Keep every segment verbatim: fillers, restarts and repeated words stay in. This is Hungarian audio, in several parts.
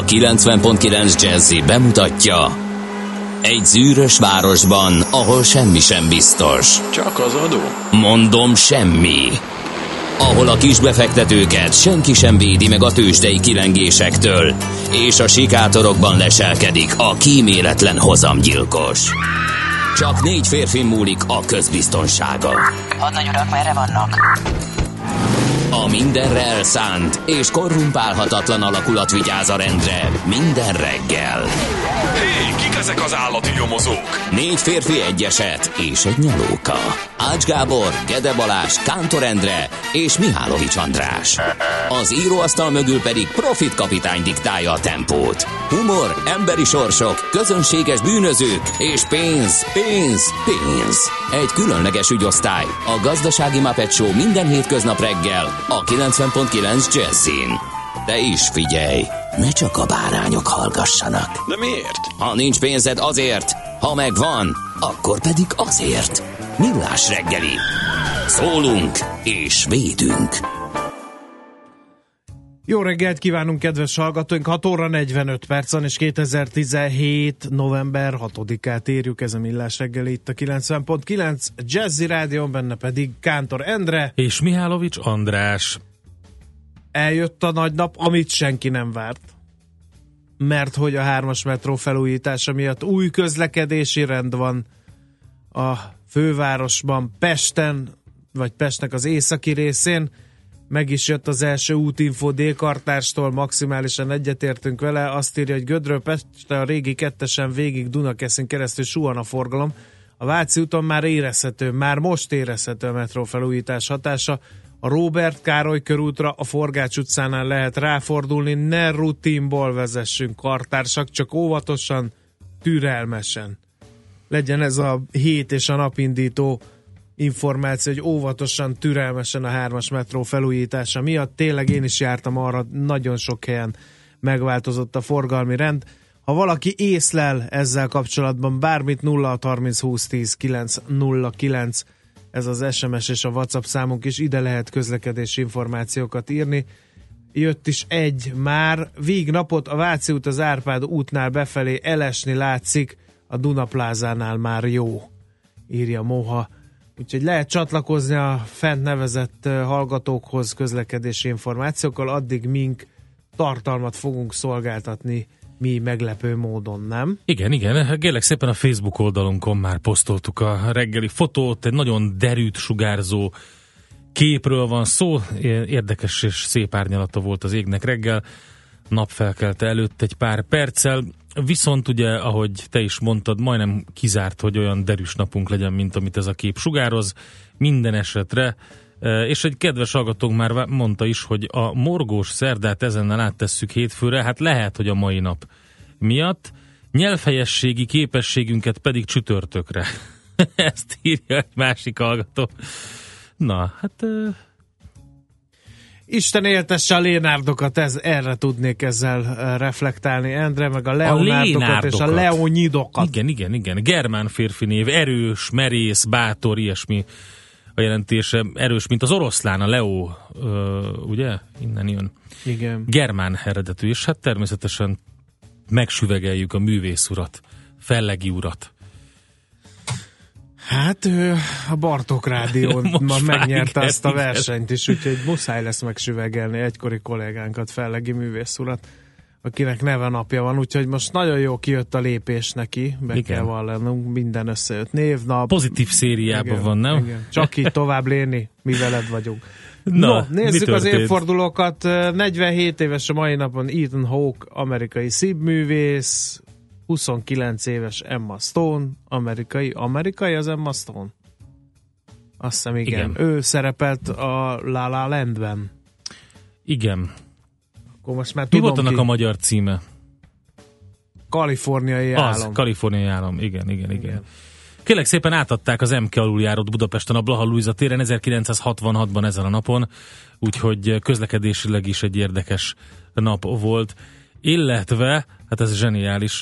kilencven pont kilenc Jazzy bemutatja: egy zűrös városban, ahol semmi sem biztos. Csak az adó? Mondom, semmi. Ahol a kisbefektetőket senki sem védi meg a tőzsdei kilengésektől, és a sikátorokban leselkedik a kíméletlen hozamgyilkos. Csak négy férfi múlik a közbiztonsága. Hadnagy urak, merre vannak? A mindenre elszánt és korrumpálhatatlan alakulat vigyáz a rendre minden reggel. Hé, kik ezek az állati nyomozók? Négy férfi, egy eset és egy nyalóka. Ács Gábor, Gede Balázs, Kántor Endre és Mihálovics András. Az íróasztal mögül pedig Profit kapitány diktálja a tempót. Humor, emberi sorsok, közönséges bűnözők és pénz, pénz, pénz. Egy különleges ügyosztály, a Gazdasági Muppet Show minden hétköznap reggel a kilencven pont kilenc Jazzin. De is figyelj, ne csak a bárányok hallgassanak. De miért? Ha nincs pénzed, azért, ha megvan, akkor pedig azért. Millás reggeli. Szólunk és védünk. Jó reggelt kívánunk, kedves hallgatóink! hat óra negyvenöt percen és kétezer-tizenhét. november hatodikát érjük, ez a Millás reggeli itt a kilencven pont kilenc Jazzy Rádión, benne pedig Kántor Endre és Mihálovics András. Eljött a nagy nap, amit senki nem várt, mert hogy a hármas metró felújítása miatt új közlekedési rend van a fővárosban, Pesten, vagy Pestnek az északi részén. Meg is jött az első útinfo D-kartárstól, maximálisan egyetértünk vele. Azt írja, hogy Gödről Pestre a régi kettesen végig Dunakeszin keresztül suhan a forgalom. A Váci úton már érezhető, már most érezhető a metró felújítás hatása. A Róbert Károly körútra, a Forgács utcánál lehet ráfordulni, ne rutinból vezessünk, kartársak, csak óvatosan, türelmesen. Legyen ez a hét és a napindító információ, hogy óvatosan, türelmesen a hármas metró felújítása miatt. Tényleg én is jártam arra, nagyon sok helyen megváltozott a forgalmi rend. Ha valaki észlel ezzel kapcsolatban bármit, nulla hat harminc húsz tíz kilenc nulla kilenc, ez az es em es és a WhatsApp számunk is, ide lehet közlekedési információkat írni. Jött is egy már, vígnapot a Váci út az Árpád útnál befelé elesni látszik, a Dunaplázánál már jó, írja Moha. Úgyhogy lehet csatlakozni a fent nevezett hallgatókhoz közlekedési információkkal, addig mink tartalmat fogunk szolgáltatni mi meglepő módon, nem? Igen, igen, kérlek szépen a Facebook oldalunkon már posztoltuk a reggeli fotót, egy nagyon derűt sugárzó képről van szó, érdekes és szép árnyalata volt az égnek reggel, napfelkelte előtt egy pár perccel, viszont ugye, ahogy te is mondtad, majdnem kizárt, hogy olyan derűs napunk legyen, mint amit ez a kép sugároz, minden esetre, és egy kedves hallgatónk már mondta is, hogy a morgós szerdát ezennel áttesszük hétfőre, hát lehet, hogy a mai nap miatt, nyelvhelyességi képességünket pedig csütörtökre. Ezt írja egy másik hallgató. Na, hát... Isten éltesse a Lénárdokat, ez, erre tudnék ezzel reflektálni, Endre, meg a Leonárdokat és a Leonidokat. Igen, igen, igen. Germán férfi név, erős, merész, bátor, ilyesmi a jelentése. Erős, mint az oroszlán, a Leo, ö, ugye? Innen jön. Igen. Germán eredetű, és hát természetesen megsüvegeljük a művész urat, Fellegi urat. Hát ő a Bartók Rádión ma megnyerte igen, azt a igen. versenyt is, úgyhogy muszáj lesz megsüvegelni egykori kollégánkat, Fellegi művész urat, akinek neve napja van, úgyhogy most nagyon jó kijött a lépés neki, be igen. kell vallanunk, minden összejött névnap. Pozitív szériában igen, van, nem? Igen. Csak így tovább léni, mi veled vagyunk. Na, no, nézzük az évfordulókat. negyvenhét éves a mai napon Ethan Hawke, amerikai színművész, huszonkilenc éves Emma Stone, amerikai, amerikai az Emma Stone? Azt hiszem, igen. igen. Ő szerepelt a La La Landben. Igen. Akkor most már Mi tudom volt annak ki. a magyar címe? Kaliforniai az, állam. Kaliforniai állam, igen, igen, igen. igen. Kérlek szépen átadták az em ká aluljárót Budapesten a Blaha Lujza téren ezerkilencszázhatvanhatban ezen a napon, úgyhogy közlekedésileg is egy érdekes nap volt. Illetve, hát ez zseniális,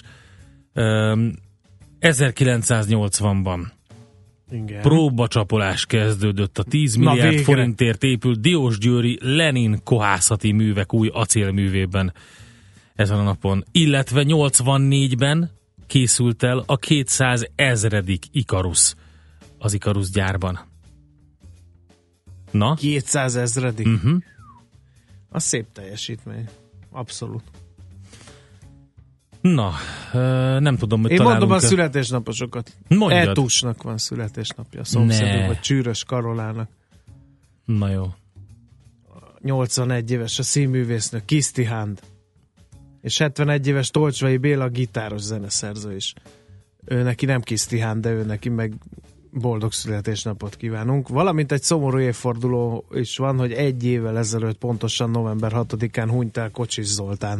ezerkilencszáznyolcvanban Igen. próbacsapolás kezdődött a tíz milliárd forintért épült Diósgyőri Lenin kohászati művek új acélművében. ezen a napon. Illetve nyolcvannégyben készült el a kétszázezredik Ikarus az Ikarus gyárban. Na? kétszázezredik? Uh-huh. Az szép teljesítmény. Abszolút. Na, nem tudom, hogy Én találunk... mondom a születésnaposokat. Mondjad. Etusnak van születésnapja, a szomszédunk, vagy Csűrös Karolának. Na jó. nyolcvanegy éves a színművésznő, Kiszti Hand. És hetvenegy éves Tolcsvai Béla, gitáros zeneszerző is. Ő neki nem Kiszti Hand, de ő neki meg boldog születésnapot kívánunk. Valamint egy szomorú évforduló is van, hogy egy évvel ezelőtt, pontosan november hatodikán hunyt el Kocsis Zoltán.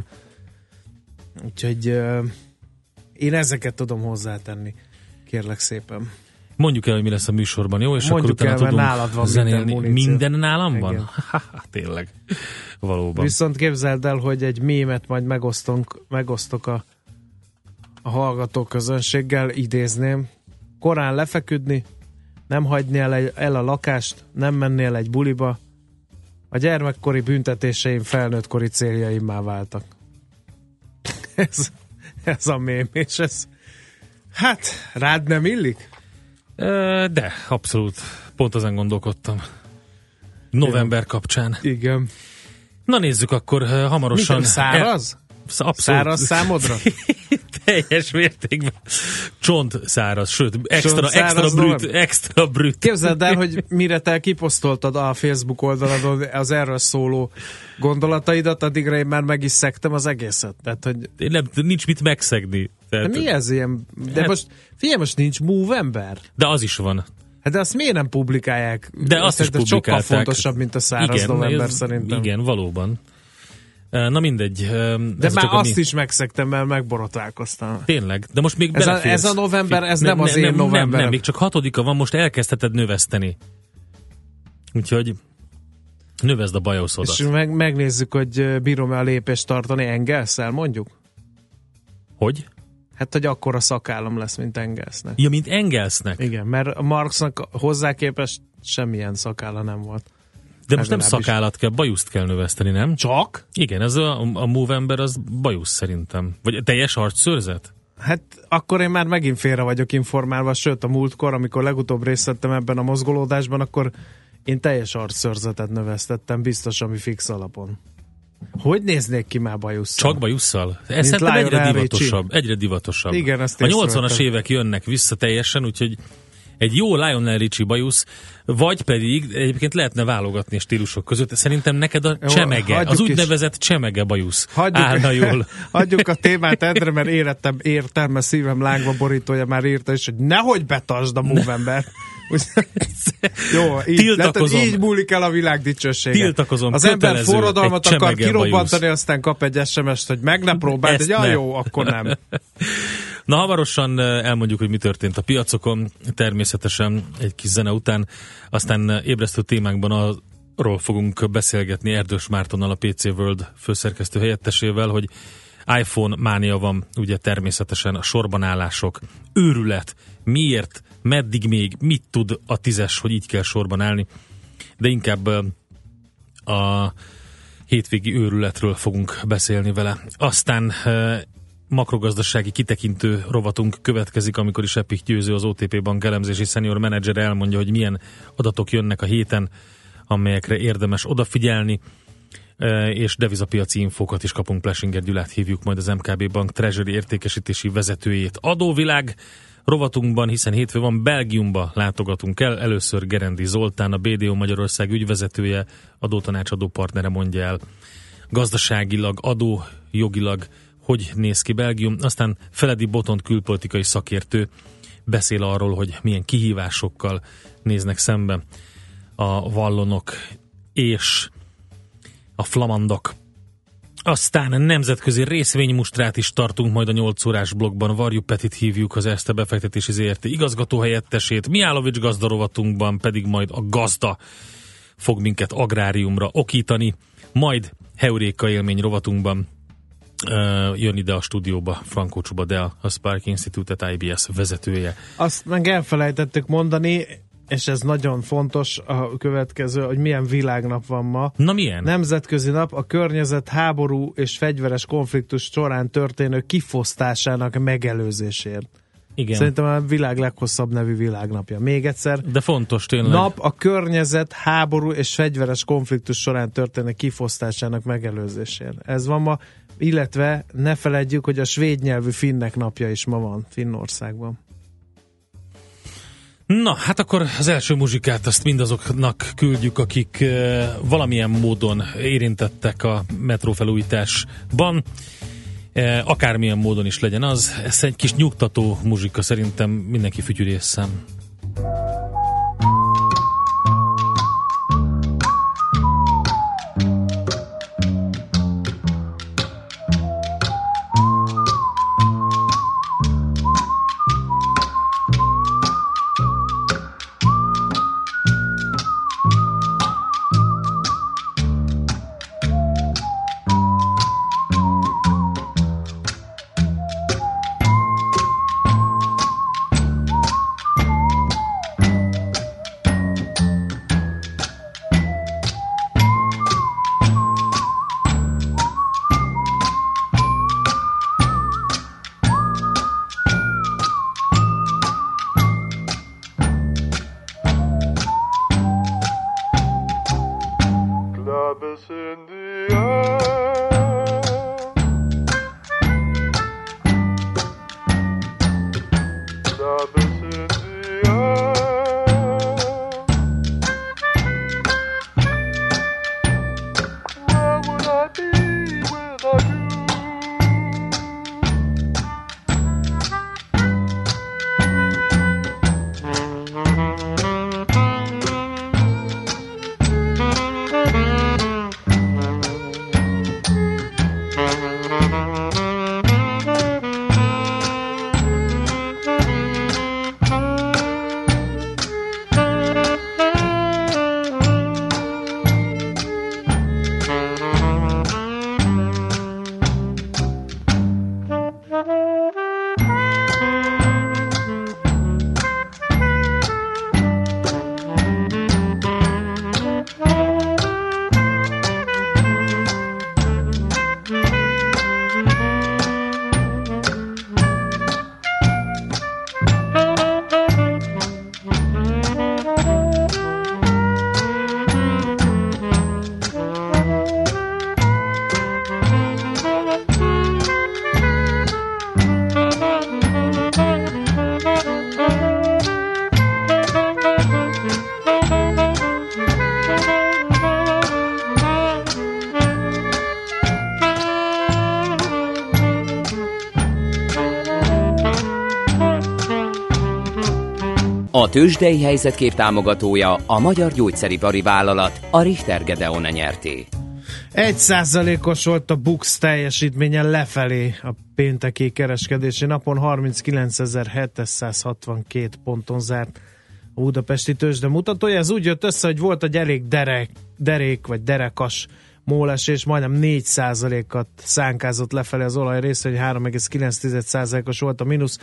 Úgyhogy uh, én ezeket tudom hozzátenni. Kérlek szépen. Mondjuk el, hogy mi lesz a műsorban, jó? És Mondjuk akkor utána el, tudunk van zenélni. Minden, minden nálam van? Igen. Tényleg. Valóban. Viszont képzeld el, hogy egy mémet majd megosztunk, megosztok a, a hallgató közönséggel, idézném. Korán lefeküdni, nem hagyni el, el a lakást, nem menni el egy buliba. A gyermekkori büntetéseim felnőttkori céljaimmá váltak. ez, ez a mém, és ez hát rád nem illik? De, abszolút. Pont ezen gondolkodtam. November Igen. kapcsán. Igen. Na nézzük akkor hamarosan. Mit, száraz? El... Abszolút. Száraz számodra? Teljes mértékben. Csont száraz, sőt, extra, Csont száraz extra brüt, extra brüt. Képzeld el, hogy mire te kiposztoltad a Facebook oldaladon az erről szóló gondolataidat, addigra én már meg is szektem az egészet. Tehát, hogy... Nem, nincs mit megszegni. Tehát... De mi ez ilyen? De hát... most, figyelj, most nincs Movember. De az is van. Hát de azt miért nem publikálják? De azt is publikálták. Sokkal fontosabb, mint a száraz igen, november ez, szerintem. Igen, valóban. Na mindegy. De már azt mi... is megszegtem, mert megborotválkoztam. Tényleg, de most még ez beleférsz. A, ez a november, ez ne, nem az ne, én nem, novemberem. Nem, nem, még csak hatodika van, most elkezdheted növeszteni. Úgyhogy növeszd a bajoszodat. És meg, megnézzük, hogy bírom-e a lépést tartani Engelszel, mondjuk? Hogy? Hát, hogy akkora szakállam lesz, mint Engelsnek. Ja, mint Engelsnek? Igen, mert Marxnak hozzá képest semmilyen szakálla nem volt. De most nem szakállat kell, bajuszt kell növeszteni, nem? Csak? Igen, ez a, a Movember az bajusz szerintem. Vagy teljes arcszőrzet? Hát akkor én már megint félre vagyok informálva, sőt a múltkor, amikor legutóbb részt vettem ebben a mozgolódásban, akkor én teljes arcszőrzetet növesztettem, biztos, ami fix alapon. Hogy néznék ki már bajusszal? Csak bajusszal? Ez szerintem egyre divatosabb. Egyre divatosabb. Igen, ezt a nyolcvanas évek jönnek vissza teljesen, úgyhogy egy jó Lionel Richie bajusz, vagy pedig egyébként lehetne válogatni a stílusok között. Szerintem neked a jó, csemege, az úgynevezett is. Csemege bajusz hagyjuk, állna jól. Hagyjuk a témát, Endre, mert érettem, értem, mert szívem lángba borítója már írta is, hogy nehogy betasd a Movember. Jó, így, lehet, így múlik el a világ dicsősége. Tiltakozom, az ember forradalmat akar kirobbantani, aztán kap egy es em est, hogy meg ne próbáld, hogy ja, jó, akkor nem. Na, hamarosan elmondjuk, hogy mi történt a piacokon, természetesen egy kis zene után, aztán ébresztő témákban arról fogunk beszélgetni Erdős Mártonnal, a pé cé World főszerkesztő helyettesével, hogy iPhone mánia van, ugye természetesen a sorbanállások, őrület, miért, meddig még, mit tud a tízes, hogy így kell sorban állni, de inkább a hétvégi őrületről fogunk beszélni vele. Aztán makrogazdasági kitekintő rovatunk következik, amikor is Epik Győző, az o té pé Bank elemzési senior menedzser elmondja, hogy milyen adatok jönnek a héten, amelyekre érdemes odafigyelni, és devizapiaci infókat is kapunk. Plesinger Gyulát hívjuk majd, az em ká bé Bank Treasury értékesítési vezetőjét. Adóvilág rovatunkban, hiszen hétfő van, Belgiumba látogatunk el. Először Gerendi Zoltán, a bé dé o Magyarország ügyvezetője, adótanácsadó partnere mondja el gazdaságilag, adójogilag hogy néz ki Belgium. Aztán Feledi Botont külpolitikai szakértő beszél arról, hogy milyen kihívásokkal néznek szembe a vallonok és a flamandok. Aztán nemzetközi részvénymustrát is tartunk majd a nyolc órás blogban. Varjú Petit hívjuk, az Erste befektetési zé er té igazgatóhelyettesét, Mihálovics gazdarovatunkban pedig majd a gazda fog minket agráriumra okítani, majd Heuréka élmény rovatunkban Uh, jön ide a stúdióba Frankó Csuba Dea, a Spark Institute-et i bé es vezetője. Azt meg elfelejtettük mondani, és ez nagyon fontos a következő, hogy milyen világnap van ma. Na milyen? Nemzetközi nap a környezet, háború és fegyveres konfliktus során történő kifosztásának megelőzésért. Igen. Szerintem a világ leghosszabb nevű világnapja. Még egyszer. De fontos tényleg. Nap a környezet, háború és fegyveres konfliktus során történő kifosztásának megelőzésért. Ez van ma, illetve ne feledjük, hogy a svéd nyelvű finnek napja is ma van Finnországban. Na, hát akkor az első muzsikát azt mindazoknak küldjük, akik uh, valamilyen módon érintettek a metrófelújításban. Uh, akármilyen módon is legyen az. Ez egy kis nyugtató muzsika, szerintem mindenki fütyürészem. A tőzsdei helyzetkép támogatója a Magyar Gyógyszeripari Vállalat, a Richter Gedeon nyerté. Egy százalékos volt a BUX teljesítménye lefelé a pénteki kereskedési napon, harminckilencezer-hétszázhatvankét ponton zárt a budapesti tőzsde mutatója. Ez úgy jött össze, hogy volt egy elég derek, derék vagy derekas mólesés, majdnem négy százalékat szánkázott lefelé az olaj része, hogy három egész kilenc százalékos volt a mínusz.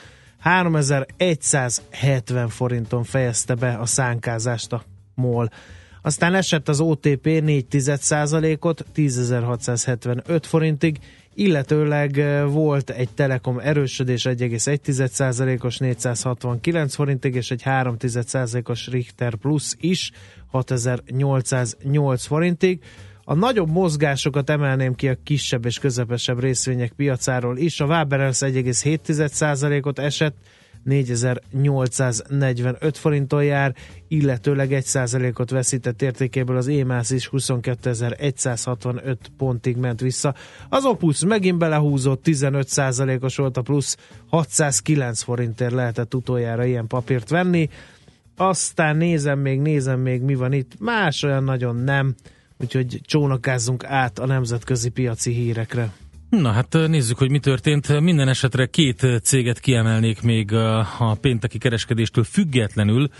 háromezer-egyszázhetven forinton fejezte be a szánkázást a MOL. Aztán esett az o té pé négy százalékot tízezer-hatszázhetvenöt forintig, illetőleg volt egy Telekom erősödés egy egész egy százalékos négyszázhatvankilenc forintig, és egy három százalékos Richter plusz is hatezer-nyolcszáznyolc forintig. A nagyobb mozgásokat emelném ki a kisebb és közepesebb részvények piacáról is. A Waberers egy egész hét százalékot esett, négyezer-nyolcszáznegyvenöt forinton jár, illetőleg egy százalékot veszített értékéből az émász is huszonkétezer-egyszázhatvanöt pontig ment vissza. Az Opus megint belehúzott, tizenöt százalékos volt a plusz, hatszázkilenc forintért lehetett utoljára ilyen papírt venni. Aztán nézem még, nézem még mi van itt, más olyan nagyon nem, úgyhogy csónakázzunk át a nemzetközi piaci hírekre. Na hát nézzük, hogy mi történt. Minden esetre két céget kiemelnék még a pénteki kereskedéstől függetlenül. A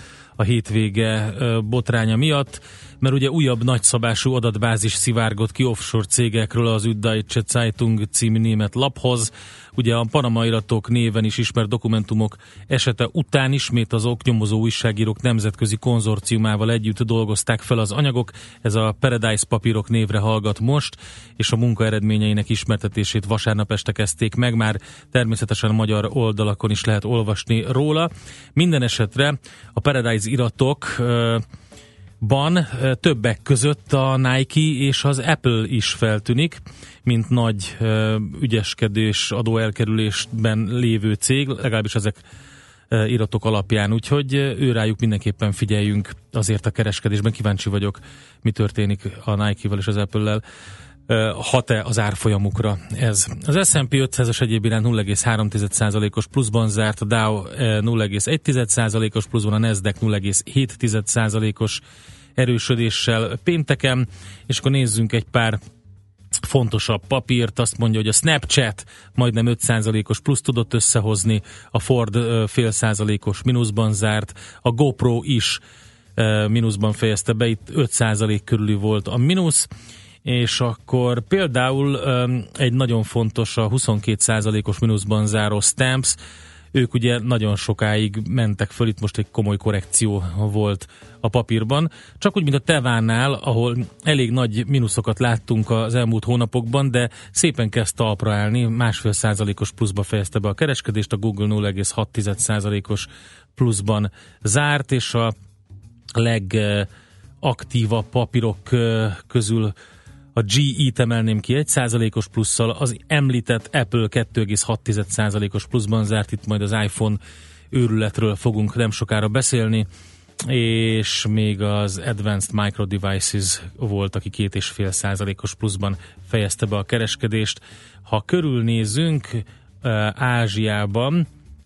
a hétvége botránya miatt, mert ugye újabb nagyszabású adatbázis szivárgott ki offshore cégekről az Süddeutsche Zeitung című német laphoz. Ugye a Panama iratok néven is ismert dokumentumok esete után ismét az oknyomozó újságírók nemzetközi konzorciumával együtt dolgozták fel az anyagok. Ez a Paradise papírok névre hallgat most, és a munka eredményeinek ismertetését vasárnap este kezdték meg, már természetesen a magyar oldalakon is lehet olvasni róla. Minden esetre a Paradise iratok ban többek között a Nike és az Apple is feltűnik, mint nagy ügyeskedés, adóelkerülésben lévő cég, legalábbis ezek iratok alapján, úgyhogy őrájuk mindenképpen figyeljünk azért a kereskedésben. Kíváncsi vagyok, mi történik a Nike-val és az Apple-lel. Hat-e az árfolyamukra ez? Az es and pé ötszázas egyéb iránt nulla egész három százalékos pluszban zárt, a Dow nulla egész egy százalékos pluszban, a Nasdaq nulla egész hét százalékos erősödéssel pénteken, és akkor nézzünk egy pár fontosabb papírt. Azt mondja, hogy a Snapchat majdnem öt százalékos plusz tudott összehozni, a Ford fél százalékos mínuszban zárt, a GoPro is mínuszban fejezte be, itt öt százalék körüli volt a mínusz, és akkor például egy nagyon fontos, a huszonkét százalékos mínuszban záró Stamps, ők ugye nagyon sokáig mentek föl, itt most egy komoly korrekció volt a papírban. Csak úgy, mint a Tevánál, ahol elég nagy mínuszokat láttunk az elmúlt hónapokban, de szépen kezd talpra állni, másfél százalékos pluszba fejezte be a kereskedést, a Google nulla egész hat százalékos pluszban zárt, és a legaktívabb papírok közül a gé é-t emelném ki egy százalékos plusszal, az említett Apple kettő egész hat százalékos pluszban zárt, itt majd az iPhone őrületről fogunk nem sokára beszélni, és még az Advanced Micro Devices volt, aki két egész öt százalékos pluszban fejezte be a kereskedést. Ha körülnézzünk Ázsiában,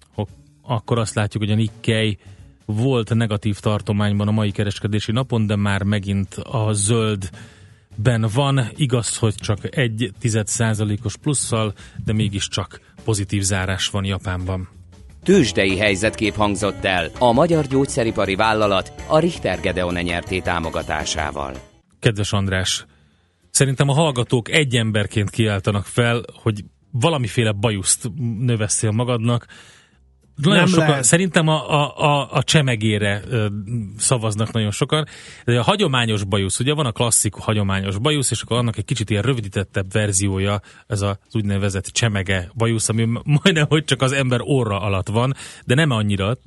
akkor azt látjuk, hogy a Nikkei volt negatív tartományban a mai kereskedési napon, de már megint a zöld ben van, igaz, hogy csak egy tized százalékos plusszal, de mégiscsak pozitív zárás van Japánban. Tőzsdei helyzetkép hangzott el a Magyar Gyógyszeripari Vállalat a Richter Gedeon nyerté támogatásával. Kedves András, szerintem a hallgatók egy emberként kiáltanak fel, hogy valamiféle bajuszt növesszél magadnak. Nagyon Nem sokan, lehet. szerintem a, a, a, a csemegére ö, szavaznak nagyon sokan. De a hagyományos bajusz, ugye van a klasszik hagyományos bajusz, és akkor annak egy kicsit ilyen rövidítettebb verziója, ez az úgynevezett csemege bajusz, ami majdnem, hogy csak az ember orra alatt van, de nem annyira,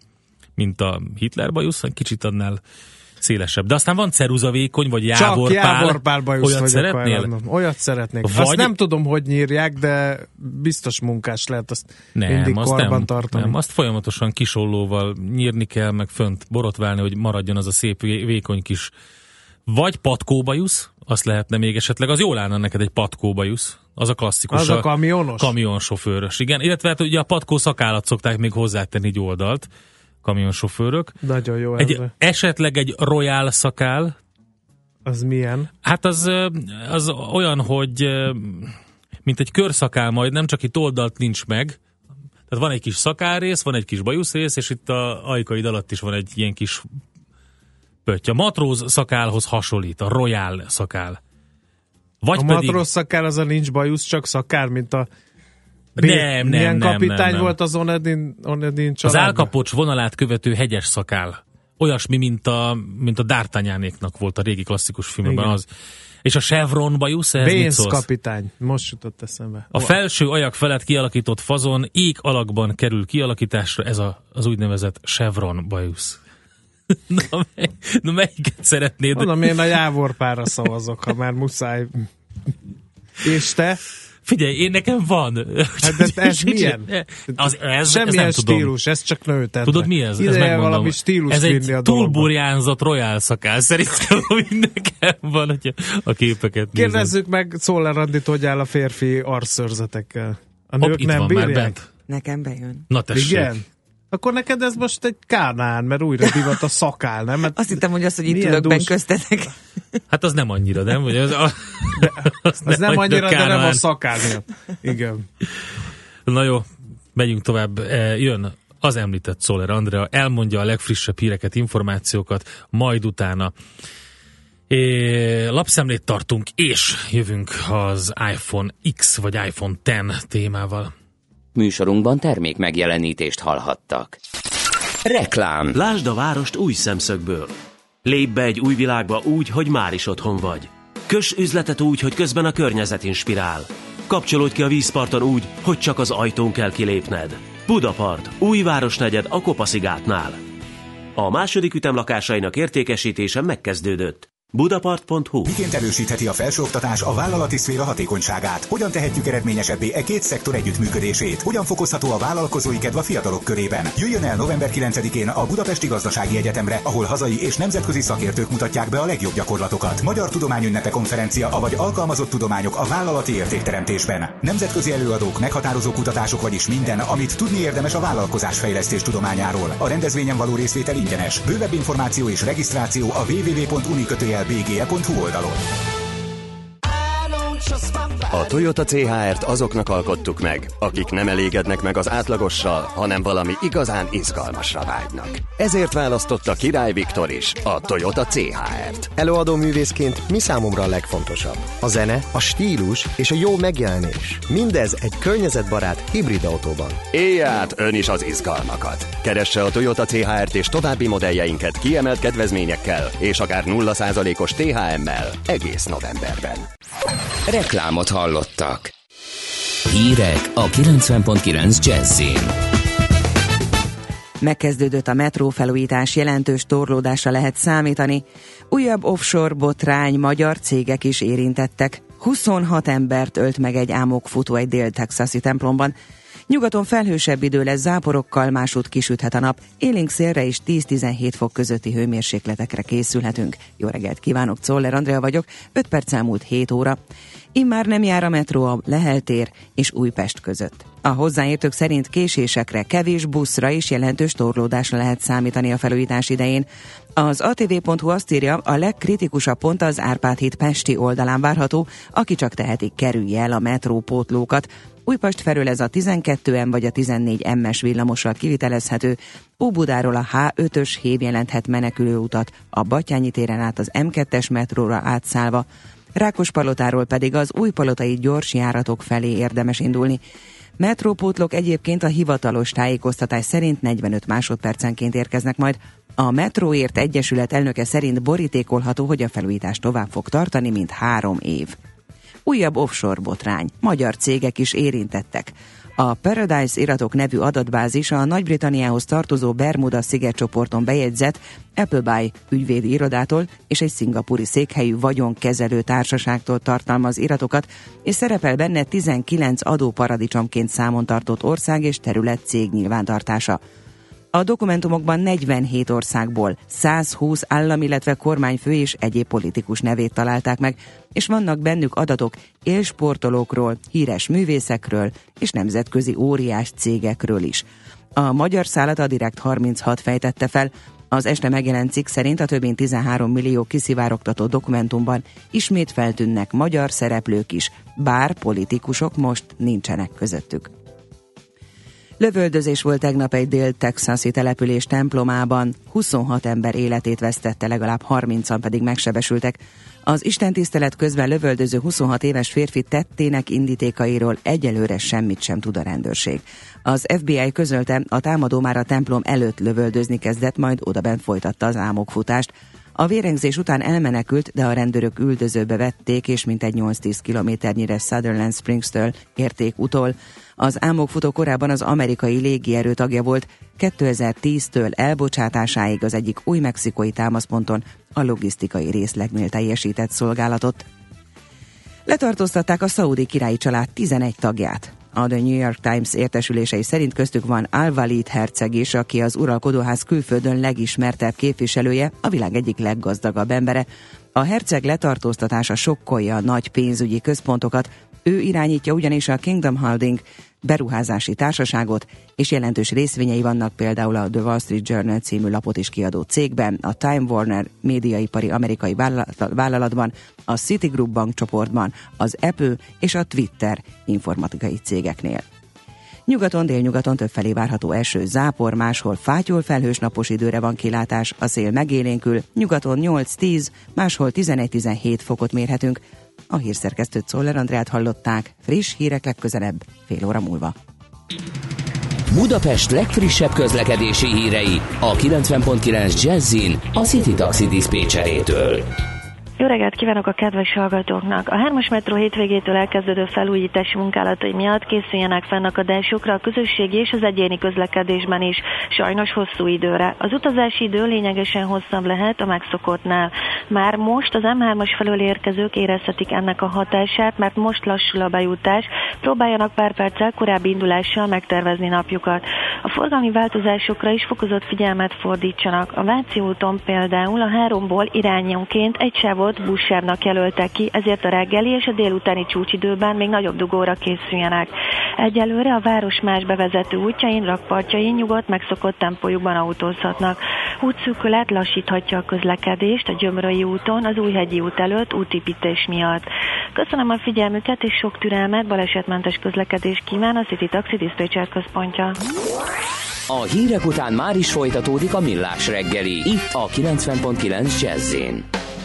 mint a Hitler bajusz, hanem kicsit annál szélesebb. De aztán van ceruzavékony, vagy jávorpál. Csak jávorpál bajusz Olyat szeretnél? Olyat szeretnék. Vagy... Azt nem tudom, hogy nyírják, de biztos munkás lehet azt nem, mindig azt korban nem, tartani. Nem, azt folyamatosan kisollóval nyírni kell, meg fönt borotválni, hogy maradjon az a szép vékony kis vagy patkóbajusz, azt lehetne még esetleg, az jól állna neked egy patkóbajusz, az a klasszikus. Az a kamionos? Kamionsofőrös, igen. Illetve hát ugye a patkó szakállat szokták még hozzátenni egy oldalt, kamionsofőrök. Nagyon jó egy, ez. Esetleg egy royal szakál. Az milyen? Hát az, az olyan, hogy mint egy körszakál majdnem, csak itt oldalt nincs meg. Tehát van egy kis szakálrész, van egy kis bajuszrész, és itt a ajkaid alatt is van egy ilyen kis pötty. A matróz szakálhoz hasonlít, a royal szakál. Vagy a pedig... matróz szakál, az a nincs bajusz, csak szakál, mint a B... Nem, nem, Milyen nem, kapitány nem, nem. volt az Onedin, Onedin Az családban? Álkapocs vonalát követő hegyes szakál. Olyasmi, mint a, mint a D'Artagnanéknak volt a régi klasszikus filmben. Az. És a Chevron bajusz, ehhez mit Bénz szólsz? kapitány. Most jutott eszembe. A felső ajak felett kialakított fazon ég alakban kerül kialakításra, ez a, az úgynevezett Chevron bajusz. Na, mely, na melyiket szeretnéd? Mondom, én a jávorpára szavazok, ha már muszáj. És te? Figyelj, én nekem van. Hát de ez milyen? Az, ez, Semmilyen ez nem stílus, tudom. ez csak nőtetve. Tudod mi ez? Ideje ez megmondom. valami stílus ez egy vinni a dologba. túlburjánzott royal szakál. Szerintem nekem van, hogy a képeket nézem. Kérdezzük meg Szoller Andit, hogy áll a férfi arszőrzetekkel. A Hopp, nők itt nem van bírják? már bent. Nekem bejön. Na tessék. Igen? Akkor neked ez most egy Kánaán, mert újra divat a szakál, nem? Mert Azt hittem, hogy az, hogy itt milyen ülök benn dús- köztetek. Hát az nem annyira, nem? Vagy az, a, az, az nem annyira, de nem a Kánaán. szakál miatt. Igen. Na jó, megyünk tovább. E, Jön az említett Czoller Andrea elmondja a legfrissebb híreket, információkat, majd utána É, lapszemlét tartunk, és jövünk az iPhone X vagy iPhone X témával. Műsorunkban termék megjelenítést hallhattak. Reklám. Lásd a várost új szemszögből. Lépj be egy új világba úgy, hogy már is otthon vagy. Köss üzletet úgy, hogy közben a környezet inspirál. Kapcsolódj ki a vízparton úgy, hogy csak az ajtón kell kilépned. Budapart, új városnegyed a Kopaszigátnál. A második ütem lakásainak értékesítése megkezdődött. budapart pont hu. Miként erősítheti a felsőoktatás a vállalati szféra hatékonyságát? Hogyan tehetjük eredményesebbé e két szektor együttműködését? Hogyan fokozható a vállalkozói kedv a fiatalok körében? Jöjjön el november kilencedikén a Budapesti Gazdasági Egyetemre, ahol hazai és nemzetközi szakértők mutatják be a legjobb gyakorlatokat. Magyar Tudományünnepe konferencia, avagy alkalmazott tudományok a vállalati értékteremtésben. Nemzetközi előadók, meghatározó kutatások, vagyis minden, amit tudni érdemes a vállalkozásfejlesztés tudományáról. A rendezvényen való részvétel ingyenes. Bővebb információ és regisztráció a double-u double-u double-u pont unikötőjel b g e pont hu oldalon. A Toyota cé há er-t azoknak alkottuk meg, akik nem elégednek meg az átlagossal, hanem valami igazán izgalmasra vágynak. Ezért választotta Király Viktor is a Toyota cé há er-t. Előadó művészként mi számomra a legfontosabb? A zene, a stílus és a jó megjelenés. Mindez egy környezetbarát hibrid autóban. Élj át ön is az izgalmakat. Keresse a Toyota cé há er-t és további modelljeinket kiemelt kedvezményekkel és akár nulla százalékos té há emmel egész novemberben. Reklámot hallottak. Hírek a kilencven pont kilenc Jazzin. Megkezdődött a metrófelújítás, jelentős torlódásra lehet számítani. Újabb offshore botrány, magyar cégek is érintettek. huszonhat embert ölt meg egy ámokfutó egy dél-texasi templomban. Nyugaton felhősebb idő lesz záporokkal, másút kisüthet a nap. Élénk szélre is tíz-tizenhét fok közötti hőmérsékletekre készülhetünk. Jó reggelt kívánok, Czoller Andrea vagyok, öt perc elmúlt hét óra. Immár nem jár a metró a Lehel tér és Újpest között. A hozzáértők szerint késésekre, kevés buszra és jelentős torlódásra lehet számítani a felújítás idején. Az á té vé pont hu azt írja, a legkritikusabb pont az Árpád híd pesti oldalán várható, aki csak teheti, kerülje el a metrópótlókat. Újpest felől ez a tizenkettő em vagy a tizennégy em-es villamossal kivitelezhető, Óbudáról a há ötös hév jelenthet menekülőutat, a Batthyány téren át az em kettes metróra átszállva, Rákospalotáról pedig az újpalotai gyors járatok felé érdemes indulni. Metrópótlók egyébként a hivatalos tájékoztatás szerint negyvenöt másodpercenként érkeznek majd. A Metróért Egyesület elnöke szerint borítékolható, hogy a felújítás tovább fog tartani, mint három év. Újabb offshore botrány, magyar cégek is érintettek. A Paradise iratok nevű adatbázis a Nagy-Britanniához tartozó Bermuda szigetcsoporton bejegyzett Appleby ügyvédi irodától és egy szingapúri székhelyű vagyonkezelő társaságtól tartalmaz iratokat, és szerepel benne tizenkilenc adóparadicsomként számon tartott ország és terület cég nyilvántartása. A dokumentumokban negyvenhét országból százhúsz állam, illetve kormányfő és egyéb politikus nevét találták meg, és vannak bennük adatok élsportolókról, híres művészekről és nemzetközi óriás cégekről is. A magyar szálat a Direkt harminchat fejtette fel. Az este megjelent cikk szerint a több mint tizenhárom millió kiszivárogtató dokumentumban ismét feltűnnek magyar szereplők is, bár politikusok most nincsenek közöttük. Lövöldözés volt tegnap egy dél-texasi település templomában, huszonhat ember életét vesztette, legalább harmincan pedig megsebesültek. Az istentisztelet közben lövöldöző huszonhat éves férfi tettének indítékairól egyelőre semmit sem tud a rendőrség. Az ef bé i közölte, a támadó már a templom előtt lövöldözni kezdett, majd odabent folytatta az ámokfutást. A vérengzés után elmenekült, de a rendőrök üldözőbe vették, és mintegy nyolc-tíz kilométernyire Sutherland Springs-től érték utol. Az ámokfutó korábban az amerikai légierő tagja volt, kétezer-tíztől elbocsátásáig az egyik új mexikói támaszponton a logisztikai részlegnél teljesített szolgálatot. Letartóztatták a szaudi királyi család tizenegy tagját. A The New York Times értesülései szerint köztük van Al-Walid herceg is, aki az uralkodóház külföldön legismertebb képviselője, a világ egyik leggazdagabb embere. A herceg letartóztatása sokkolja a nagy pénzügyi központokat, ő irányítja ugyanis a Kingdom Holding beruházási társaságot, és jelentős részvényei vannak például a The Wall Street Journal című lapot is kiadó cégben, a Time Warner médiaipari amerikai vállalatban, a Citigroup bankcsoportban, az Apple és a Twitter informatikai cégeknél. Nyugaton, délnyugaton többfelé várható eső, zápor, máshol fátyol felhős napos időre van kilátás, a szél megélénkül, nyugaton nyolc-tíz, máshol tizenegy-tizenhét fokot mérhetünk. A hírszerkesztőt, Czoller Andrát hallották, friss hírek legközelebb, fél óra múlva. Budapest legfrissebb közlekedési hírei a kilencven pont kilenc Jazzin a City Taxi diszpécserétől. Jó reggelt kívánok a kedves hallgatóknak! A hármas metró hétvégétől elkezdődő felújítási munkálatai miatt készüljenek fennakadásokra a közösségi és az egyéni közlekedésben is, sajnos hosszú időre. Az utazási idő lényegesen hosszabb lehet a megszokottnál. Már most az em hármas felől érkezők érezhetik ennek a hatását, mert most lassul a bejutás, próbáljanak pár perccel korábbi indulással megtervezni napjukat. A forgalmi változásokra is fokozott figyelmet fordítsanak. A Váci úton például a háromból irányonként egy sávot buszsávnak jelöltek ki, ezért a reggeli és a délutáni csúcsidőben még nagyobb dugóra készüljenek. Egyelőre a város más bevezető útjain, rakpartjain nyugodt, megszokott tempójukban autózhatnak. Útszűkület lassíthatja a közlekedést a Gyömrői úton, az Újhegyi út előtt útépítés miatt. Köszönöm a figyelmüket és sok türelmet, balesetmentes közlekedés kíván a City Taxi diszpécser központja. A hírek után már is folytatódik a Millás reggeli, itt a kilencven pont kilenc Jazzin.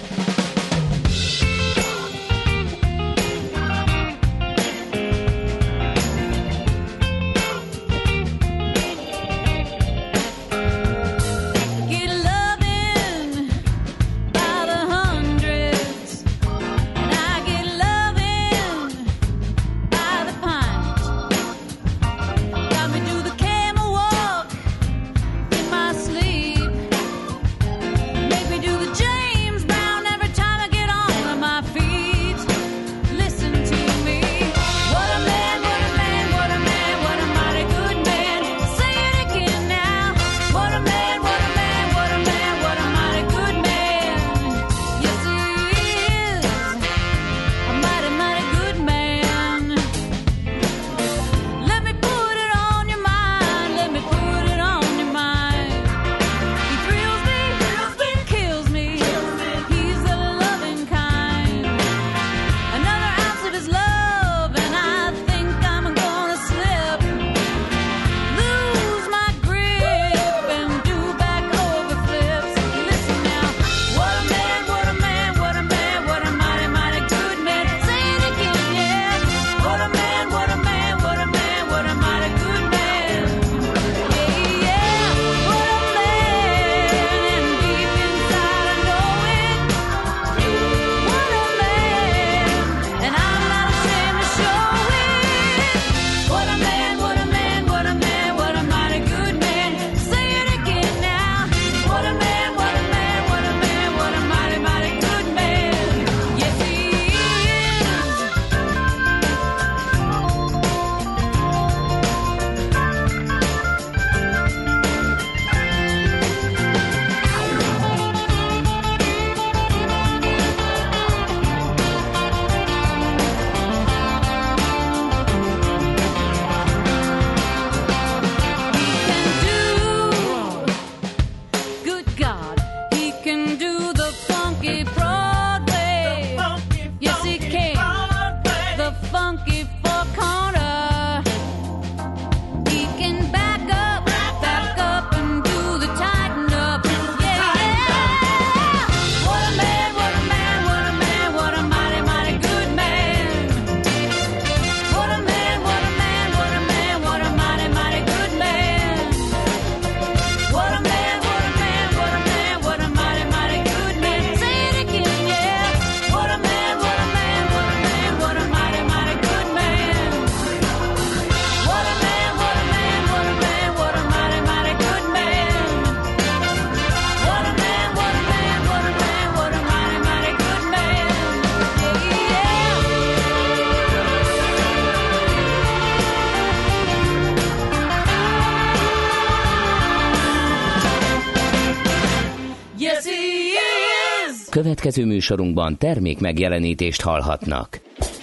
Következő műsorunkban termék megjelenítést hallhatnak.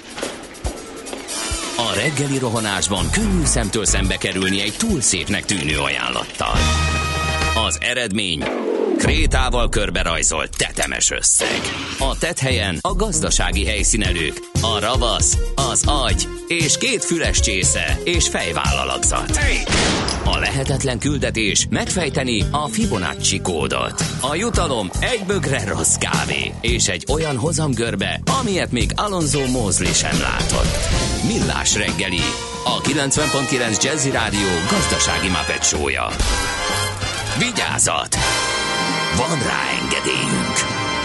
A reggeli rohanásban könnyű szemtől szembe kerülni egy túl szépnek tűnő ajánlattal. Az eredmény krétával körberajzolt tetemes összeg. A tetthelyen a gazdasági helyszínelők, a ravasz, az agy és két füles csésze és fejvállalakzat. A lehetetlen küldetés megfejteni a Fibonacci kódot. A jutalom egy bögre rossz kávé és egy olyan hozamgörbe, amilyet még Alonso Mosley sem látott. Millás reggeli, a kilencven pont kilenc Jazzy Rádió gazdasági Muppet show-ja. Vigyázat! Van rá engedélyünk!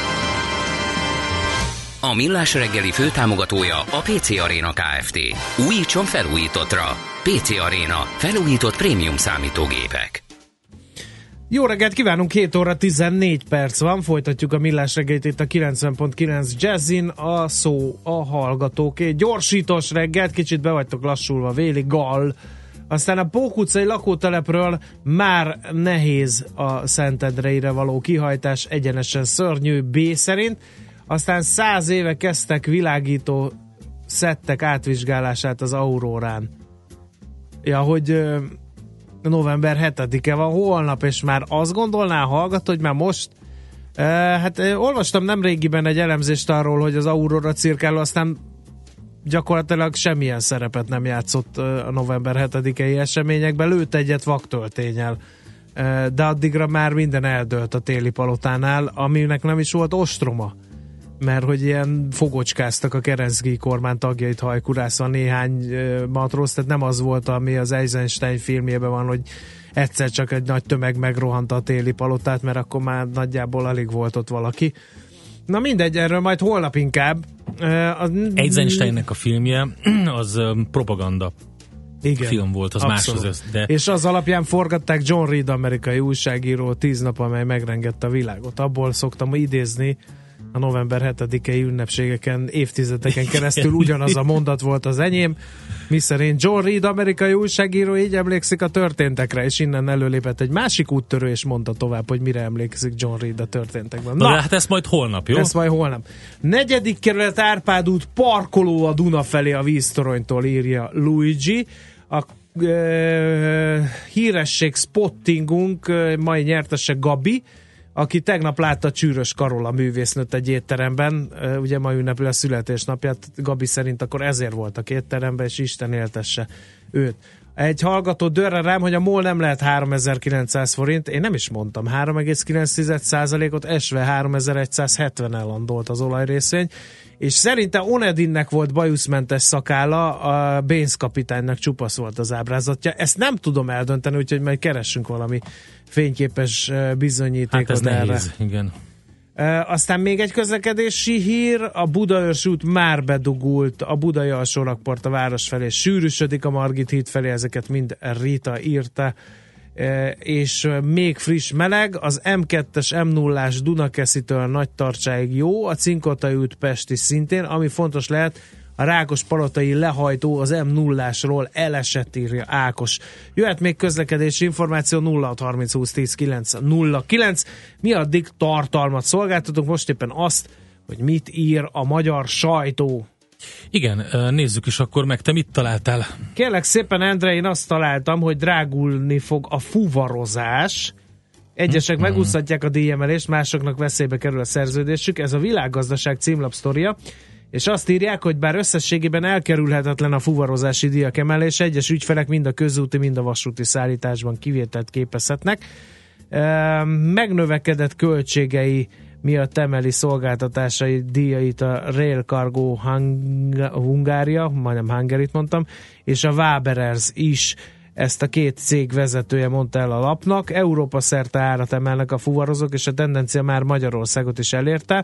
A Millás reggeli főtámogatója a pé cé Arena Kft. Újítson felújítottra. pé cé Arena. Felújított prémium számítógépek. Jó reggelt kívánunk, hét óra tizennégy perc van, folytatjuk a Millás reggelit itt a kilencven pont kilenc Jazzin, a szó a hallgatóké. Gyorsítós reggelt, kicsit be vagytok lassulva, véli gal. Aztán a Pók utcai lakótelepről már nehéz a Szentendreire való kihajtás, egyenesen szörnyű B szerint. Aztán száz éve kezdtek világító szettek átvizsgálását az Aurórán. Ja, hogy november hetedike van holnap, és már azt gondolná hallgató, hogy már most e, hát olvastam nemrégiben egy elemzést arról, hogy az Aurora cirkáló aztán gyakorlatilag semmilyen szerepet nem játszott a november hetedikei eseményekben, lőtt egyet vaktölténnyel, e, de addigra már minden eldőlt a Téli Palotánál, aminek nem is volt ostroma, mert hogy ilyen fogocskáztak a Kerensky kormány tagjait hajkurászva néhány e, matróz, tehát nem az volt, ami az Eisenstein filmjében van, hogy egyszer csak egy nagy tömeg megrohanta a Téli Palotát, mert akkor már nagyjából alig volt ott valaki. Na mindegy, erről majd holnap inkább. E, az... Eisensteinnek a filmje az um, propaganda. Igen, film volt, az abszolút. más az. De... És az alapján forgatták John Reed amerikai újságíró Tíz nap, amely megrengette a világot. Abból szoktam idézni a november hetedikei ünnepségeken, évtizedeken keresztül ugyanaz a mondat volt az enyém, miszerint John Reed amerikai újságíró így emlékszik a történtekre, és innen előlépett egy másik úttörő, és mondta tovább, hogy mire emlékszik John Reed a történtekben. Na, Na hát ezt majd holnap, jó? Ezt majd holnap. Negyedik kerület Árpád út, parkoló a Duna felé a víztoronytól, írja Luigi. A e, híresség spottingunk e, mai nyertese Gabi, aki tegnap látta Csűrös Karola művésznőt egy étteremben, ugye ma ünnepli a születésnapját, Gabi szerint akkor ezért voltak étteremben, és Isten éltesse őt. Egy hallgató dörre rám, hogy a MOL nem lehet háromezer-kilencszáz forint, én nem is mondtam, három egész kilenc százalékot esve háromezer-száz-hetven landolt az olajrészvény, és szerinte Onedinnek volt bajuszmentes szakálla, a Baines kapitánynak csupasz volt az ábrázatja. Ezt nem tudom eldönteni, úgyhogy majd keressünk valami fényképes bizonyítékot hát ez erre. Nehéz, igen. E, aztán még egy közlekedési hír, a Budaörs út már bedugult, a Budai alsó rakpart a város felé sűrűsödik, a Margit híd felé, ezeket mind Rita írta. E, és még friss meleg, az em kettes em nullás Dunakeszitől Nagytarcsáig jó, a Cinkotai út Pest is szintén, ami fontos lehet, a Rákospalotai lehajtó az em nullásról elesett, írja Ákos. Jöhet még közlekedési információ nulla hat harminc húsz tíz kilenc nulla kilenc. Mi addig tartalmat szolgáltatunk, most éppen azt, hogy mit ír a magyar sajtó. Igen, nézzük is akkor meg, te mit találtál? Kérlek szépen, Endre, én azt találtam, hogy drágulni fog a fuvarozás. Egyesek mm-hmm. megúszhatják a díjemelést, másoknak veszélybe kerül a szerződésük. Ez a Világgazdaság címlapsztoria. És azt írják, hogy bár összességében elkerülhetetlen a fuvarozási díjak emelése, egyes ügyfelek mind a közúti, mind a vasúti szállításban kivételt képezhetnek. Megnövekedett költségei miatt emeli szolgáltatásai díjait a Rail Cargo Hung- Hungária, majdnem Hungaryt mondtam, és a Waberers is. Ezt a két cég vezetője mondta el a lapnak. Európa szerte árat emelnek a fuvarozók, és a tendencia már Magyarországot is elérte.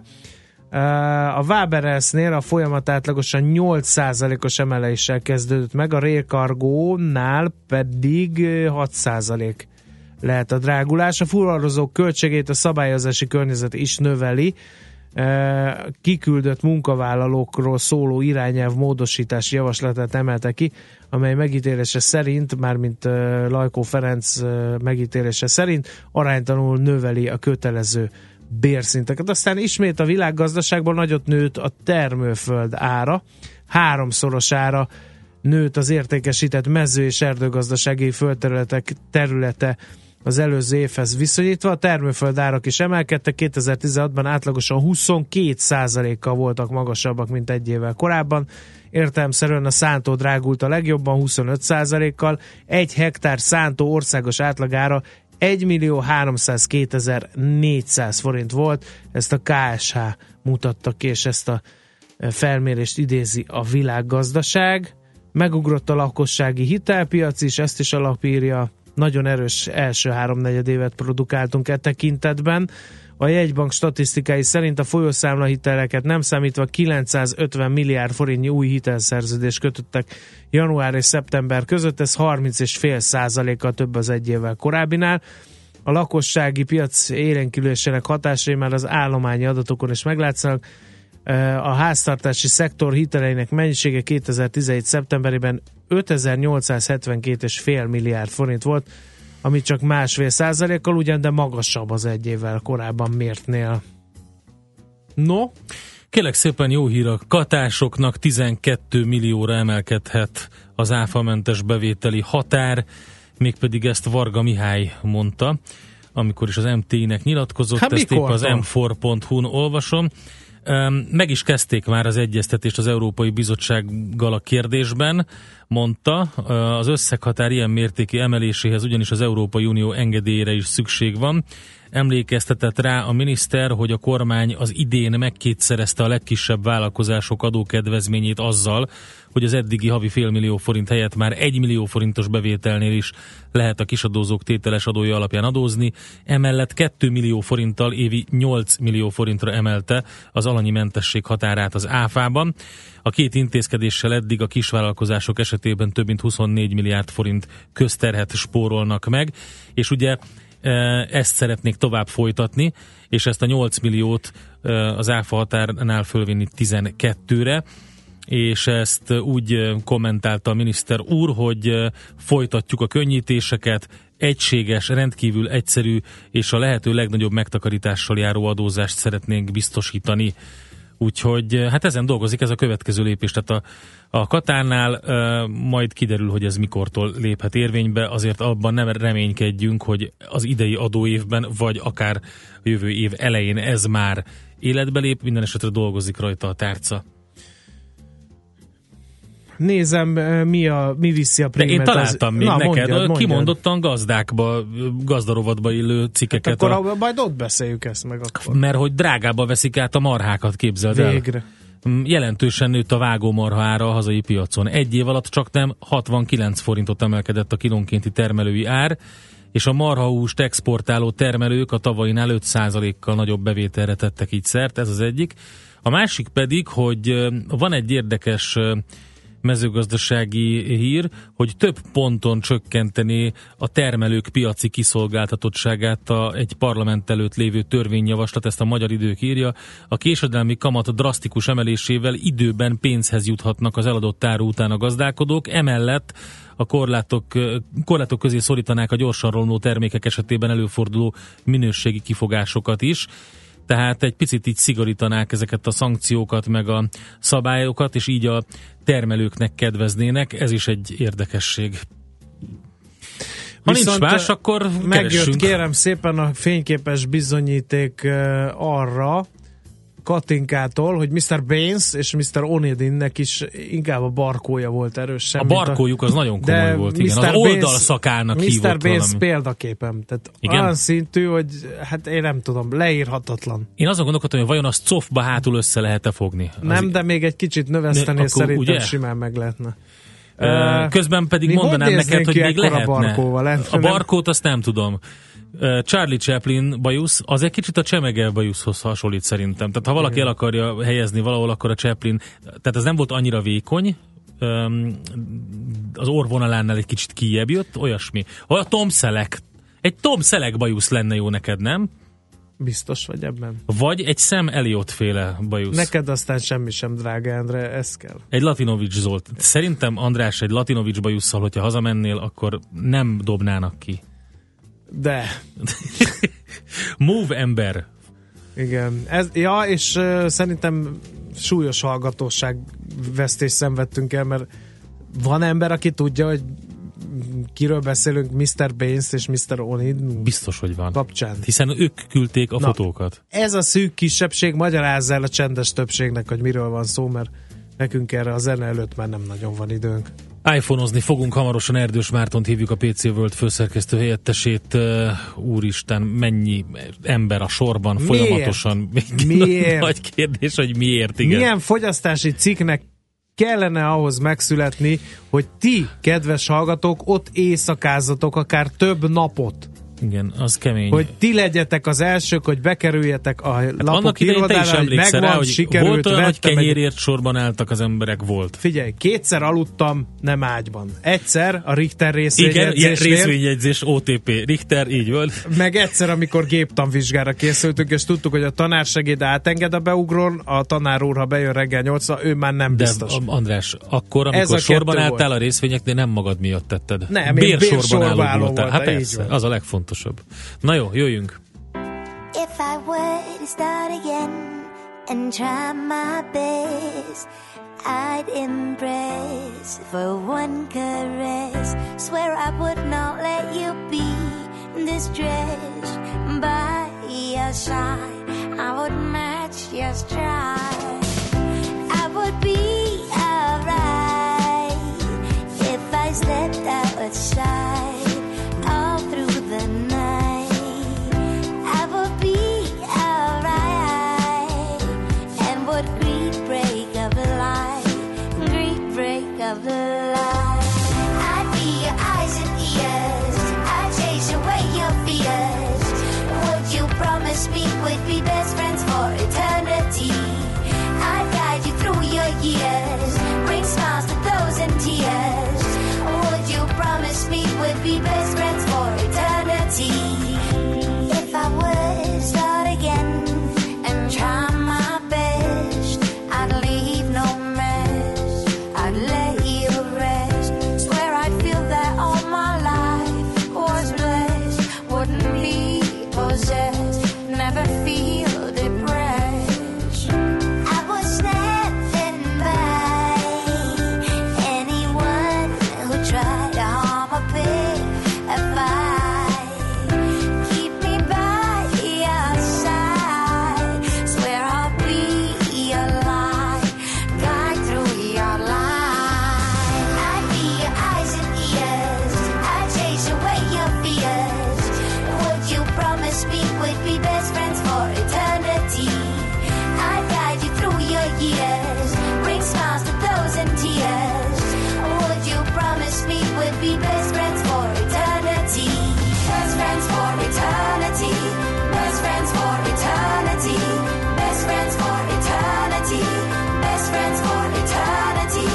A Waberersnél a folyamat átlagosan nyolc százalékos emeléssel kezdődött meg, a Rail Cargo-nál pedig hat százalék lehet a drágulás. A fuvarozók költségét a szabályozási környezet is növeli. Kiküldött munkavállalókról szóló irányelv módosítási javaslatát emelte ki, amely megítélése szerint, mármint Lajkó Ferenc megítélése szerint aránytalanul növeli a kötelező bérszinteket. Aztán ismét a világgazdaságban nagyot nőtt a termőföld ára, háromszorosára nőtt az értékesített mező- és erdőgazdasági földterületek területe az előző évhez viszonyítva. A termőföld árak is emelkedtek, kétezer-tizenhatban átlagosan huszonkét százalékkal voltak magasabbak, mint egy évvel korábban. Értelemszerűen a szántó drágult a legjobban, huszonöt százalékkal. Egy hektár szántó országos átlagára egymillió háromszázkétezer-négyszáz forint volt. Ezt a ká es há mutatta ki, és ezt a felmérést idézi a Világgazdaság. Megugrott a lakossági hitelpiac is, ezt is alapírja. Nagyon erős első háromnegyed évet produkáltunk e tekintetben. A jegybank statisztikái szerint a folyószámla hiteleket nem számítva kilencszázötven milliárd forintnyi új hitelszerződést kötöttek január és szeptember között, ez harminc egész öt százalékkal több az egy évvel korábbinál. A lakossági piac élénkülésének hatásai már az állományi adatokon is meglátszanak. A háztartási szektor hiteleinek mennyisége kétezer-tizenhét szeptemberében ötezer-nyolcszázhetvenkét egész öt milliárd forint volt, ami csak másfél százalékkal ugyan, de magasabb az egy évvel korábban mértnél. No? Kérlek szépen, jó hír a katásoknak, tizenkét millióra emelkedhet az áfamentes bevételi határ, mégpedig ezt Varga Mihály mondta, amikor is az em té i-nek nyilatkozott, hát ezt épp az em négy pont hu-n olvasom. Meg is kezdték már az egyeztetést az Európai Bizottsággal a kérdésben, mondta, az összeghatár ilyen mértékű emeléséhez ugyanis az Európai Unió engedélyére is szükség van. Emlékeztetett rá a miniszter, hogy a kormány az idén megkétszerezte a legkisebb vállalkozások adókedvezményét azzal, hogy az eddigi havi félmillió forint helyett már egy millió forintos bevételnél is lehet a kisadózók tételes adója alapján adózni. Emellett két millió forinttal évi nyolc millió forintra emelte az alanyi mentesség határát az áfában. A két intézkedéssel eddig a kisvállalkozások esetében több mint huszonnégy milliárd forint közterhet spórolnak meg, és ugye ezt szeretnék tovább folytatni, és ezt a nyolc milliót az áfa határnál fölvinni tizenkettőre, és ezt úgy kommentálta a miniszter úr, hogy folytatjuk a könnyítéseket, egységes, rendkívül egyszerű és a lehető legnagyobb megtakarítással járó adózást szeretnénk biztosítani. Úgyhogy hát ezen dolgozik, ez a következő lépés. Tehát a, a Katárnál uh, majd kiderül, hogy ez mikortól léphet érvénybe, azért abban nem reménykedjünk, hogy az idei adóévben, vagy akár a jövő év elején ez már életbe lép, minden esetre dolgozik rajta a tárca. Nézem, mi, a, mi viszi a prémet. De én találtam az... még Na, neked, mondjad, mondjad. Kimondottan gazdákba, gazdarovatba illő cikkeket. Hát akkor a... majd ott beszéljük ezt meg akkor. Mert hogy drágába veszik át a marhákat, képzeld el. Végre. Jelentősen nőtt a vágómarha ára a hazai piacon. Egy év alatt csak nem hatvankilenc forintot emelkedett a kilónkénti termelői ár, és a marhahúst exportáló termelők a tavainál öt százalékkal nagyobb bevételre tettek így szert, ez az egyik. A másik pedig, hogy van egy érdekes mezőgazdasági hír, hogy több ponton csökkenteni a termelők piaci kiszolgáltatottságát a, egy parlament előtt lévő törvényjavaslat, ezt a Magyar Idők írja. A késedelmi kamat drasztikus emelésével időben pénzhez juthatnak az eladott áru után a gazdálkodók, emellett a korlátok, korlátok közé szorítanák a gyorsan romló termékek esetében előforduló minőségi kifogásokat is. Tehát egy picit így szigorítanák ezeket a szankciókat, meg a szabályokat, és így a termelőknek kedveznének. Ez is egy érdekesség. Ha Viszont nincs más, akkor megjött, keressünk. Kérem szépen a fényképes bizonyíték arra, Katinkától, hogy miszter Baines és miszter Onedinnek is inkább a barkója volt erős. A barkójuk az nagyon komoly volt, igen. Az oldalszakának hívott miszter Baines valami. példaképem. Tehát igen? Olyan szintű, hogy hát én nem tudom, leírhatatlan. Én azon gondolkodtam, hogy vajon azt cofba hátul össze lehet-e fogni. Nem, az de még egy kicsit növesztenél, szerintem ugye? Simán meg lehetne. Uh, közben pedig mi mondanám neked, hogy még lehetne. A barkót azt nem tudom. Charlie Chaplin bajusz, az egy kicsit a Csemege bajuszhoz hasonlít szerintem. Tehát ha valaki igen. el akarja helyezni valahol, akkor a Chaplin, tehát ez nem volt annyira vékony, az orrvonalánál egy kicsit kijjebb jött, olyasmi. A Tom Selleck, egy Tom Selleck bajusz lenne jó neked, nem? Biztos vagy ebben? Vagy egy Sam Elliot féle bajusz. Neked aztán semmi sem, drága Endre, ez kell. Egy Latinovics Zolt. Szerintem, András, egy Latinovics bajusszal, hogyha hazamennél, akkor nem dobnának ki. De. Move ember. Igen. Ez, ja, és uh, szerintem súlyos hallgatóság vesztést szenvedtünk el, mert van ember, aki tudja, hogy kiről beszélünk, miszter Baines és miszter Onid biztos, hogy van. Kapcsán. Hiszen ők küldték a Na, fotókat. Ez a szűk kisebbség magyarázza el a csendes többségnek, hogy miről van szó, mert nekünk erre a zene előtt már nem nagyon van időnk. iPhone-ozni fogunk hamarosan. Erdős Mártont hívjuk, a pé cé World főszerkesztő helyettesét. Uh, úristen, mennyi ember a sorban miért? Folyamatosan. Miért? Nagy kérdés, hogy miért, igen. Milyen fogyasztási cikknek kellene ahhoz megszületni, hogy ti, kedves hallgatók, ott éjszakázzatok akár több napot. Igen, az kemény. Hogy ti legyetek az elsők, hogy bekerüljetek a hát lapok irodára, hogy megvan, rá, hogy sikerült. volt olyan, hogy kenyérért egy... sorban álltak az emberek, volt. Figyelj, kétszer aludtam, nem ágyban. Egyszer a Richter részvényjegyzésnél. Igen, részvényjegyzés, o té pé, Richter, így volt. Meg egyszer, amikor géptanvizsgára készültünk, és tudtuk, hogy a tanársegéd átenged a beugrón, a tanár úr, ha bejön reggel nyolcra, ő már nem de biztos. András, akkor, amikor sorban álltál volt. A részvényeknél, nem magad miatt tetted. Nem, bérsorban álló voltál. Hát persze, az a legfontosabb. Na jó, jöjjünk. If I were to start again and try my best, I'd embrace for one caress. Swear I would not let you be distressed by your side. I would match your stride. I would be alright if I slept outside. Of the light, I'd be your eyes and ears. I'd chase away your fears. Would you promise me we'd be best friends for eternity? I'd guide you through your years, bring smiles to those in tears. Would you promise me we'd be best friends for eternity? If I would start again and try my best, I'd leave no mess. I'd let never feel depressed. I was snapping by anyone who tried to harm a bit of fight. Keep me by your side. Swear I'll be your light, guide through your life. I'd be your eyes and ears. I'd chase away your fears. Would you promise me we'd be best friends for eternity? I'd guide you through your years, bring smiles to those in tears. Would you promise me we'd be best friends for eternity? Best friends for eternity. Best friends for eternity. Best friends for eternity. Best friends for eternity.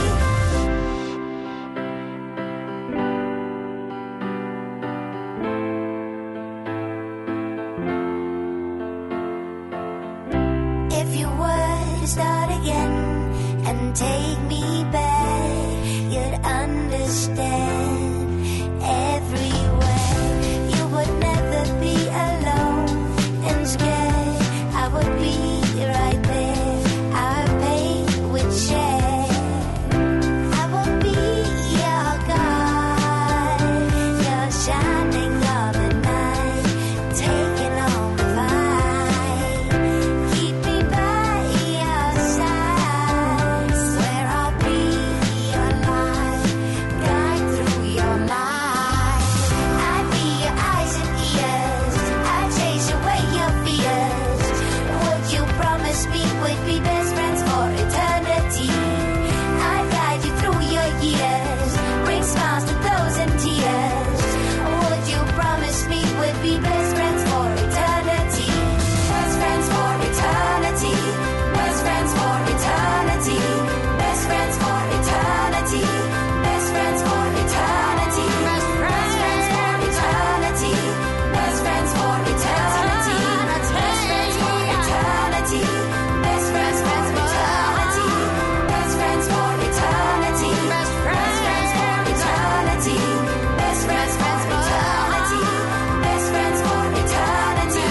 Start again and take me back, you'd understand everywhere. You would never be alone and scared. I would be right there. Our pain would share. I would be your guide, your shining of the night, taking on the fight. Keep me by your side. Swear I'll be your light, guide through your life. I'd be your eyes and ears. I'd chase away your fears. Would you promise me we'd be best friends for eternity? I'd guide you through your years, bring smiles to those in tears. Would you promise me we'd be best friends for eternity? Best friends for eternity. Best friends for eternity. Best friends for eternity. Best friends for eternity. Best friends for eternity. Best friends for eternity. Best friends for eternity. Best friends for eternity. Best friends for eternity. Best friends for eternity. Best friends for eternity. Best friends for eternity.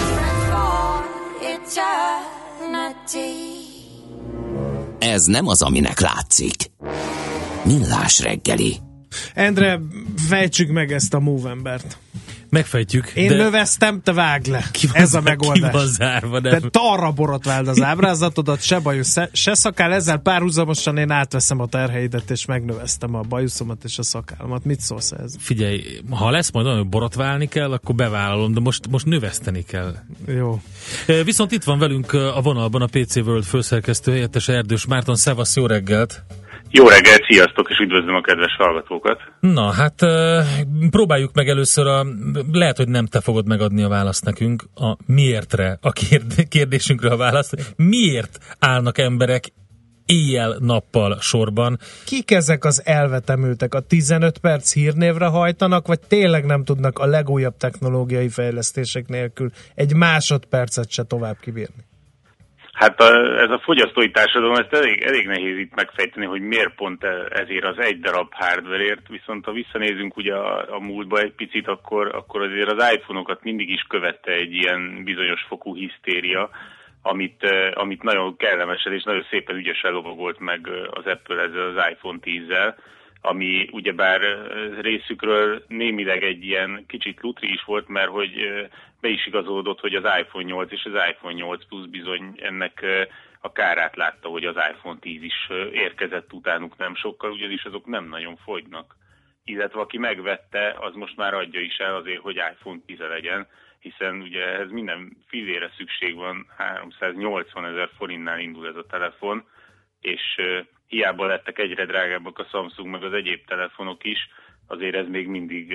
Eternity. Ez nem az, aminek látszik. Millás reggeli. Endre, fejtsük meg ezt a Movembert. Megfejtjük. Én de... növesztem, te vágd le. Van, ez a megoldás. Ki van zárva, nem? Te arra borotváld az ábrázatodat, se bajusz, se, se szakál, ezzel párhuzamosan én átveszem a terheidet, és megnövesztem a bajuszomat és a szakállamat. Mit szólsz ez? Figyelj, ha lesz majd olyan, hogy borotválni kell, akkor bevállalom, de most, most növeszteni kell. Jó. Viszont itt van velünk a vonalban a pé cé World főszerkesztő helyettes Erdős Márton. Szevasz, jó reggelt! Jó reggelt, sziasztok, és üdvözlöm a kedves hallgatókat! Na, hát próbáljuk meg először a, lehet, hogy nem te fogod megadni a választ nekünk, a miértre, a kérdésünkre a választ. Miért állnak emberek éjjel-nappal sorban? Kik ezek az elvetemültek? A tizenöt perc hírnévre hajtanak, vagy tényleg nem tudnak a legújabb technológiai fejlesztések nélkül egy másodpercet se tovább kibírni? Hát a, ez a fogyasztói társadalom, ezt elég, elég nehéz itt megfejteni, hogy miért pont ezért az egy darab hardwareért, viszont ha visszanézünk ugye a, a múltba egy picit, akkor, akkor azért az iPhone-okat mindig is követte egy ilyen bizonyos fokú hisztéria, amit, amit nagyon kellemesen és nagyon szépen ügyesen lovagolt meg az Apple ezzel az iPhone tízzel, ami ugyebár részükről némileg egy ilyen kicsit lutri is volt, mert hogy be is igazolódott, hogy az iPhone nyolc és az iPhone nyolc Plus bizony ennek a kárát látta, hogy az iPhone tíz is érkezett utánuk nem sokkal, ugyanis azok nem nagyon fogynak. Illetve aki megvette, az most már adja is el azért, hogy iPhone tíz legyen, hiszen ugye ehhez minden fillére szükség van, háromszáznyolcvan ezer forintnál indul ez a telefon, és hiába lettek egyre drágábbak a Samsung meg az egyéb telefonok is, azért ez még mindig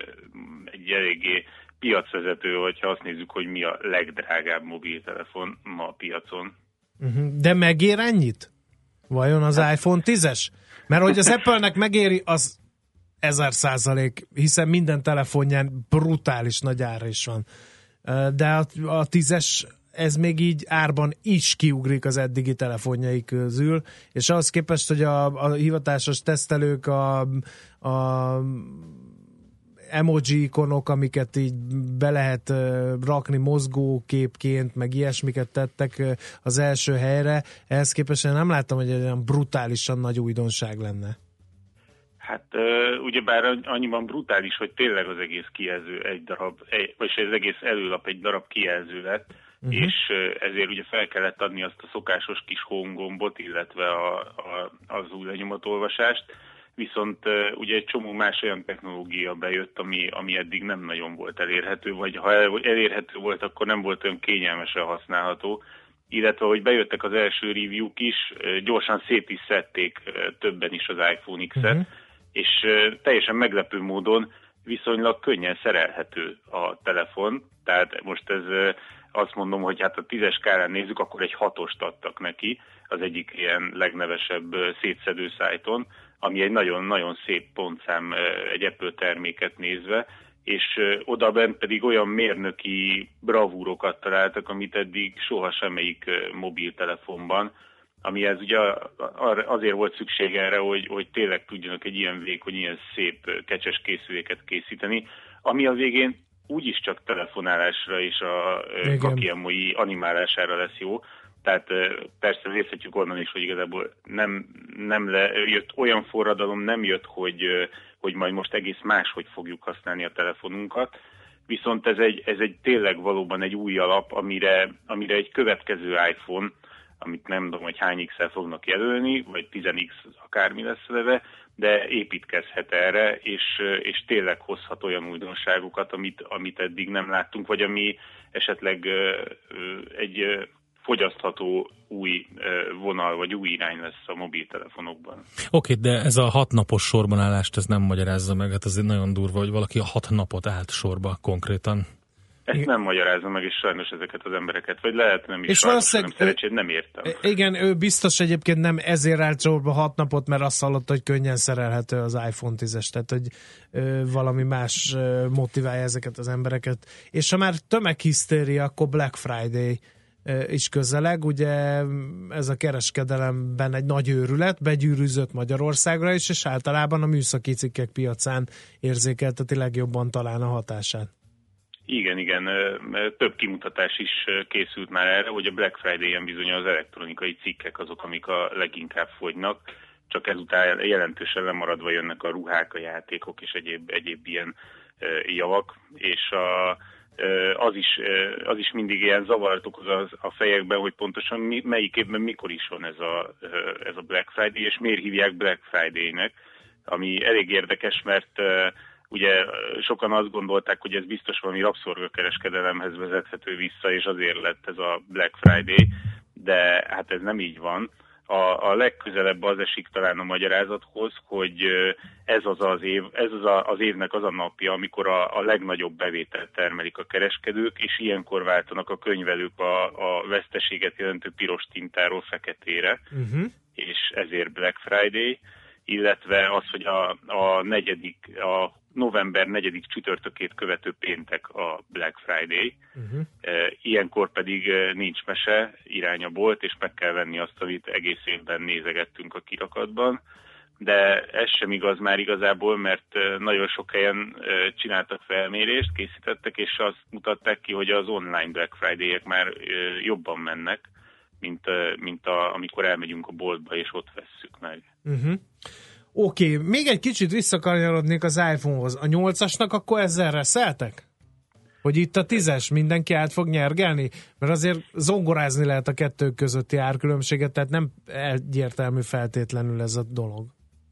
egy eléggé piacvezető, hogyha azt nézzük, hogy mi a legdrágább mobiltelefon ma a piacon. De megér ennyit? Vajon az iPhone tízes? Mert hogy az Apple-nek megéri, az ezer százalék, hiszen minden telefonján brutális nagy ára is van. De a, a tízes, ez még így árban is kiugrik az eddigi telefonjai közül, és ahhoz képest, hogy a, a hivatásos tesztelők a, a emoji ikonok, amiket így be lehet rakni mozgóképként, meg ilyesmiket tettek az első helyre, ehhez képest én nem láttam, hogy egy olyan brutálisan nagy újdonság lenne. Hát ugyebár annyiban brutális, hogy tényleg az egész kijelző egy darab, egy, vagy az egész előlap egy darab kijelző lett, uh-huh. és ezért ugye fel kellett adni azt a szokásos kis home gombot, illetve a, a, az új lenyomatolvasást, viszont ugye egy csomó más olyan technológia bejött, ami, ami eddig nem nagyon volt elérhető, vagy ha elérhető volt, akkor nem volt olyan kényelmesen használható, illetve hogy bejöttek az első review-k is, gyorsan szét is szedték többen is az iPhone X-et, uh-huh. és teljesen meglepő módon viszonylag könnyen szerelhető a telefon, tehát most ez azt mondom, hogy hát a tízes skálán nézzük, akkor egy hatost adtak neki, az egyik ilyen legnevesebb szétszedő szájton, ami egy nagyon-nagyon szép pontszám egy Apple terméket nézve, és oda bent pedig olyan mérnöki bravúrokat találtak, amit eddig soha semmelyik mobiltelefonban, amihez ugye azért volt szükség erre, hogy, hogy tényleg tudjanak egy ilyen vékony, ilyen szép kecses készüléket készíteni, ami a végén úgyis csak telefonálásra és a kakiamoi animálására lesz jó. Tehát persze részletjük onnan is, hogy igazából nem, nem le, jött olyan forradalom, nem jött, hogy, hogy majd most egész máshogy fogjuk használni a telefonunkat, viszont ez egy, ez egy tényleg valóban egy új alap, amire, amire egy következő iPhone, amit nem tudom, hogy hány X-el fognak jelölni, vagy tíz X akármi lesz leve, de építkezhet erre, és, és tényleg hozhat olyan újdonságokat, amit, amit eddig nem láttunk, vagy ami esetleg egy fogyasztható új vonal, vagy új irány lesz a mobiltelefonokban. Oké, okay, de ez a hat napos sorban állást, ez nem magyarázza meg, hát ez nagyon durva, hogy valaki a hat napot állt sorba konkrétan. Ezt nem magyarázza meg, és sajnos ezeket az embereket, vagy lehet nem is, és sajnos nem szerencsét, nem értem. Igen, ő biztos egyébként nem ezért állt sorba hat napot, mert azt hallotta, hogy könnyen szerelhető az iPhone tízes, tehát hogy ö, valami más ö, motiválja ezeket az embereket. És ha már tömeghisztéria, akkor Black Friday is közeleg, ugye ez a kereskedelemben egy nagy őrület, begyűrűzött Magyarországra is, és általában a műszaki cikkek piacán érzékelteti legjobban talán a hatását. Igen, igen, több kimutatás is készült már erre, hogy a Black Friday-en bizony az elektronikai cikkek azok, amik a leginkább fogynak, csak ezután jelentősen lemaradva jönnek a ruhák, a játékok és egyéb, egyéb ilyen javak, és a, az, is, az is mindig ilyen zavart okoz az, a fejekben, hogy pontosan mi, melyik évben mikor is van ez a, ez a Black Friday, és miért hívják Black Friday-nek, ami elég érdekes, mert ugye sokan azt gondolták, hogy ez biztos valami rabszolgakereskedelemhez vezethető vissza, és azért lett ez a Black Friday, de hát ez nem így van. A, a legközelebb az esik talán a magyarázathoz, hogy ez az az év, ez az, a, az évnek az a napja, amikor a, a legnagyobb bevételt termelik a kereskedők, és ilyenkor váltanak a könyvelők a, a veszteséget jelentő piros tintáról feketére, uh-huh. és ezért Black Friday, illetve az, hogy a, a negyedik, a november negyedik csütörtökét követő péntek a Black Friday. Uh-huh. Ilyenkor pedig nincs mese, irány a bolt, és meg kell venni azt, amit egész évben nézegettünk a kirakatban. De ez sem igaz már igazából, mert nagyon sok helyen csináltak felmérést, készítettek, és azt mutatták ki, hogy az online Black Friday-ek már jobban mennek, mint, mint a, amikor elmegyünk a boltba, és ott vesszük meg. Uh-huh. Oké, okay. Még egy kicsit visszakanyarodnék az iPhone-hoz. A nyolcasnak akkor ezzel reszeltek? Hogy itt a tízes mindenki át fog nyergelni? Mert azért zongorázni lehet a kettő közötti árkülönbséget, tehát nem egyértelmű feltétlenül ez a dolog.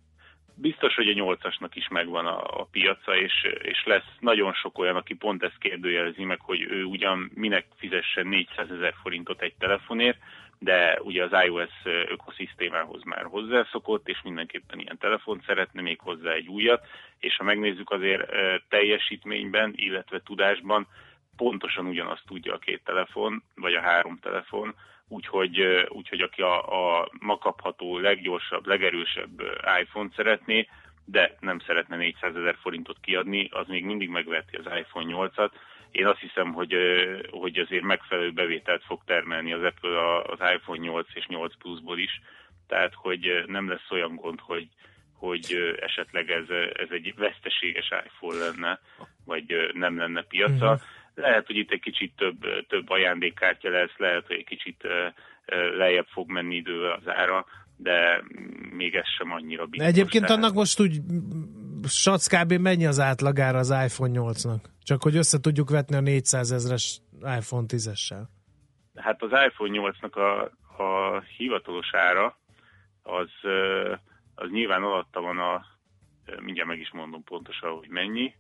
Biztos, hogy a nyolcasnak is megvan a, a piaca, és, és lesz nagyon sok olyan, aki pont ezt kérdőjelezi meg, hogy ő ugyan minek fizessen négyszázezer forintot egy telefonért, de ugye az iOS ökoszisztémához már hozzászokott, és mindenképpen ilyen telefont szeretne, még hozzá egy újat, és ha megnézzük azért teljesítményben, illetve tudásban, pontosan ugyanazt tudja a két telefon, vagy a három telefon, úgyhogy, úgyhogy aki a, a ma kapható leggyorsabb, legerősebb iPhone-t szeretné, de nem szeretne négyszázezer forintot kiadni, az még mindig megveheti az iPhone nyolcat. Én azt hiszem, hogy, hogy azért megfelelő bevételt fog termelni az Apple az iPhone nyolc és nyolc Plus-ból is, tehát hogy nem lesz olyan gond, hogy, hogy esetleg ez, ez egy veszteséges iPhone lenne, vagy nem lenne piaca. Uh-huh. Lehet, hogy itt egy kicsit több, több ajándékkártya lesz, lehet, hogy egy kicsit lejjebb fog menni idővel az ára, de még ez sem annyira biztos. Egyébként tehát... annak most úgy sac kb. Mennyi az átlagára az iPhone nyolcnak? Csak hogy össze tudjuk vetni a négyszázezres iPhone tízessel. Hát az iPhone nyolcnak a, a hivatalos ára az, az nyilván alatta van a, mindjárt meg is mondom pontosan, hogy mennyi,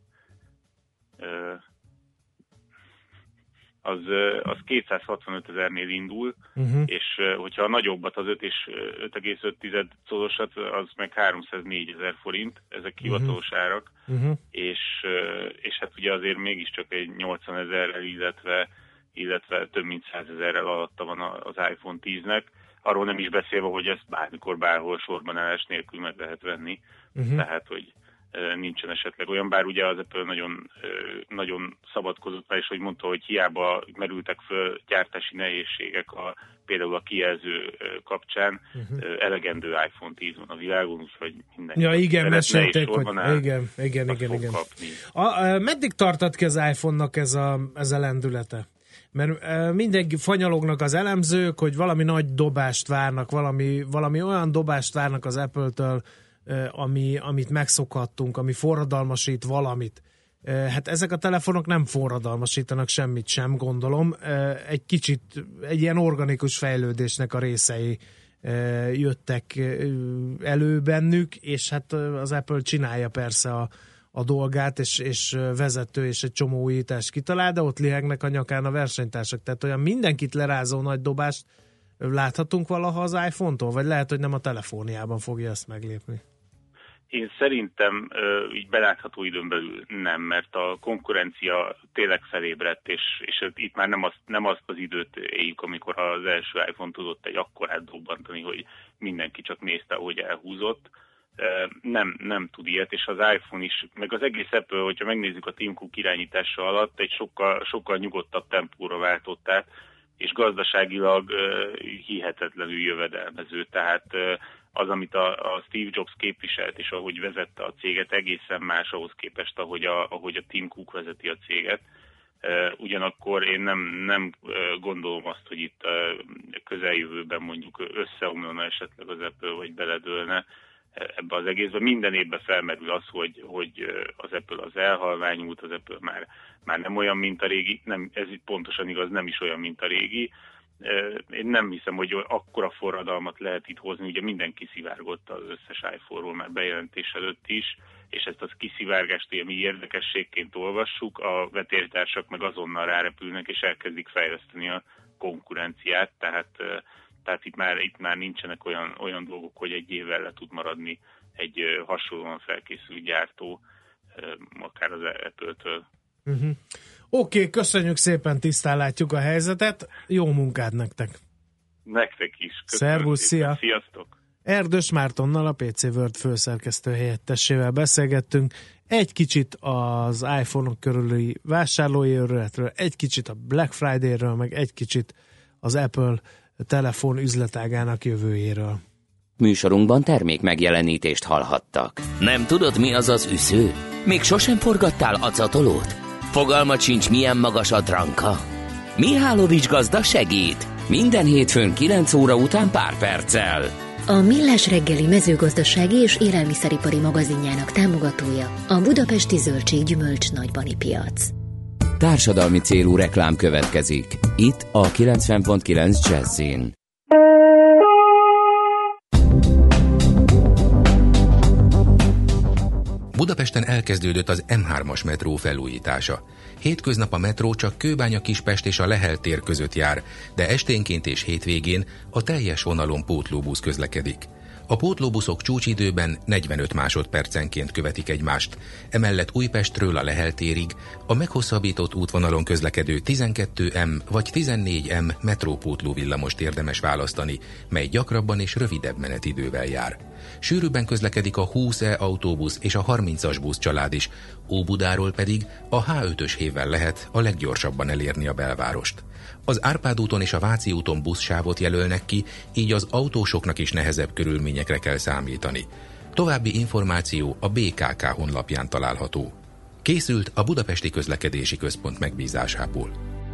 az, az kétszázhatvanöt ezernél indul, uh-huh. és hogyha a nagyobbat, az öt és öt egész öt colosat, az meg háromszáznégyezer forint, ezek hivatalos uh-huh. árak, uh-huh. és, és hát ugye azért mégiscsak egy nyolcvanezerrel, illetve, illetve több mint százezerrel alatta van az iPhone tíznek, arról nem is beszélve, hogy ezt bármikor, bárhol sorban állás nélkül meg lehet venni, uh-huh. tehát, hogy nincsen esetleg olyan, bár ugye az Apple nagyon, nagyon szabadkozott rá, és hogy mondta, hogy hiába merültek föl gyártási nehézségek a, például a kijelző kapcsán, uh-huh. elegendő iPhone tíz van a világon, úgyhogy mindenki. Ja, igen, mesélték, hogy áll, igen, igen, igen, igen. A, a, meddig tartott ki az iPhone-nak ez a, ez a lendülete? Mert e, mindenki fanyalognak az elemzők, hogy valami nagy dobást várnak, valami, valami olyan dobást várnak az Apple-től, Ami, amit megszokhattunk, ami forradalmasít valamit. Hát ezek a telefonok nem forradalmasítanak semmit sem, gondolom. Egy kicsit, egy ilyen organikus fejlődésnek a részei jöttek elő bennük, és hát az Apple csinálja persze a, a dolgát, és, és vezető, és egy csomó újítást kitalál, de ott lihegnek a nyakán a versenytársak. Tehát olyan mindenkit lerázó nagy dobást láthatunk valaha az iPhone-tól, vagy lehet, hogy nem a telefóniában fogja ezt meglépni? Én szerintem így belátható időn belül nem, mert a konkurencia tényleg felébredt, és, és itt már nem azt, nem azt az időt éljük, amikor az első iPhone tudott egy akkorát dobbantani, hogy mindenki csak nézte, ahogy elhúzott. Nem, nem tud ilyet, és az iPhone is, meg az egész Apple, hogyha megnézzük a Tim Cook irányítása alatt, egy sokkal, sokkal nyugodtabb tempóra váltott át, és gazdaságilag uh, hihetetlenül jövedelmező. Tehát uh, az, amit a, a Steve Jobs képviselt, és ahogy vezette a céget, egészen más ahhoz képest, ahogy a, ahogy a Tim Cook vezeti a céget. Ugyanakkor én nem, nem gondolom azt, hogy itt közeljövőben mondjuk összeomlana esetleg az Apple, vagy beledőlne ebbe az egészbe. Minden évben felmerül az, hogy, hogy az Apple az elhalványult, az Apple már, már nem olyan, mint a régi, nem, ez itt pontosan igaz, nem is olyan, mint a régi. Én nem hiszem, hogy akkora forradalmat lehet itt hozni, ugye mindenki szivárgott az összes iPhone-ról már bejelentés előtt is, és ezt az kiszivárgást ugye mi érdekességként olvassuk, a vetélytársak meg azonnal rárepülnek, és elkezdik fejleszteni a konkurenciát, tehát, tehát itt, már, itt már nincsenek olyan, olyan dolgok, hogy egy évvel le tud maradni egy hasonlóan felkészült gyártó, akár az Apple-től. Uh-huh. Oké, okay, köszönjük szépen, tisztán látjuk a helyzetet, jó munkát nektek! Nektek is! Szervusz, szia! Sziasztok! Erdős Mártonnal, a pé cé World főszerkesztő helyettessével beszélgettünk egy kicsit az iPhone-ok körüli vásárlói őrületről, egy kicsit a Black Friday-ről, meg egy kicsit az Apple telefon üzletágának jövőjéről. Műsorunkban termék megjelenítést hallhattak. Nem tudod, mi az az üsző? Még sosem forgattál acatolót? Fogalmat sincs, milyen magas a dranka? Mihálovics gazda segít! Minden hétfőn kilenc óra után pár perccel. A Millás reggeli mezőgazdasági és élelmiszeripari magazinjának támogatója a Budapesti Zöldség Gyümölcs Nagybani Piac. Társadalmi célú reklám következik. Itt a kilencven pont kilenc Jazzin. Budapesten elkezdődött az em hármas metró felújítása. Hétköznap a metró csak Kőbánya-Kispest és a Lehel tér között jár, de esténként és hétvégén a teljes vonalon pótlóbusz közlekedik. A pótlóbuszok csúcsidőben negyvenöt másodpercenként követik egymást, emellett Újpestről a Lehel térig a meghosszabbított útvonalon közlekedő tizenkettő em vagy tizennégy em metrópótló villamost érdemes választani, mely gyakrabban és rövidebb menetidővel jár. Sűrűbben közlekedik a húsz E autóbusz és a harmincas busz család is, Óbudáról pedig a há ötös hévvel lehet a leggyorsabban elérni a belvárost. Az Árpád úton és a Váci úton buszsávot jelölnek ki, így az autósoknak is nehezebb körülményekre kell számítani. További információ a bé ká ká honlapján található. Készült a Budapesti Közlekedési Központ megbízásából.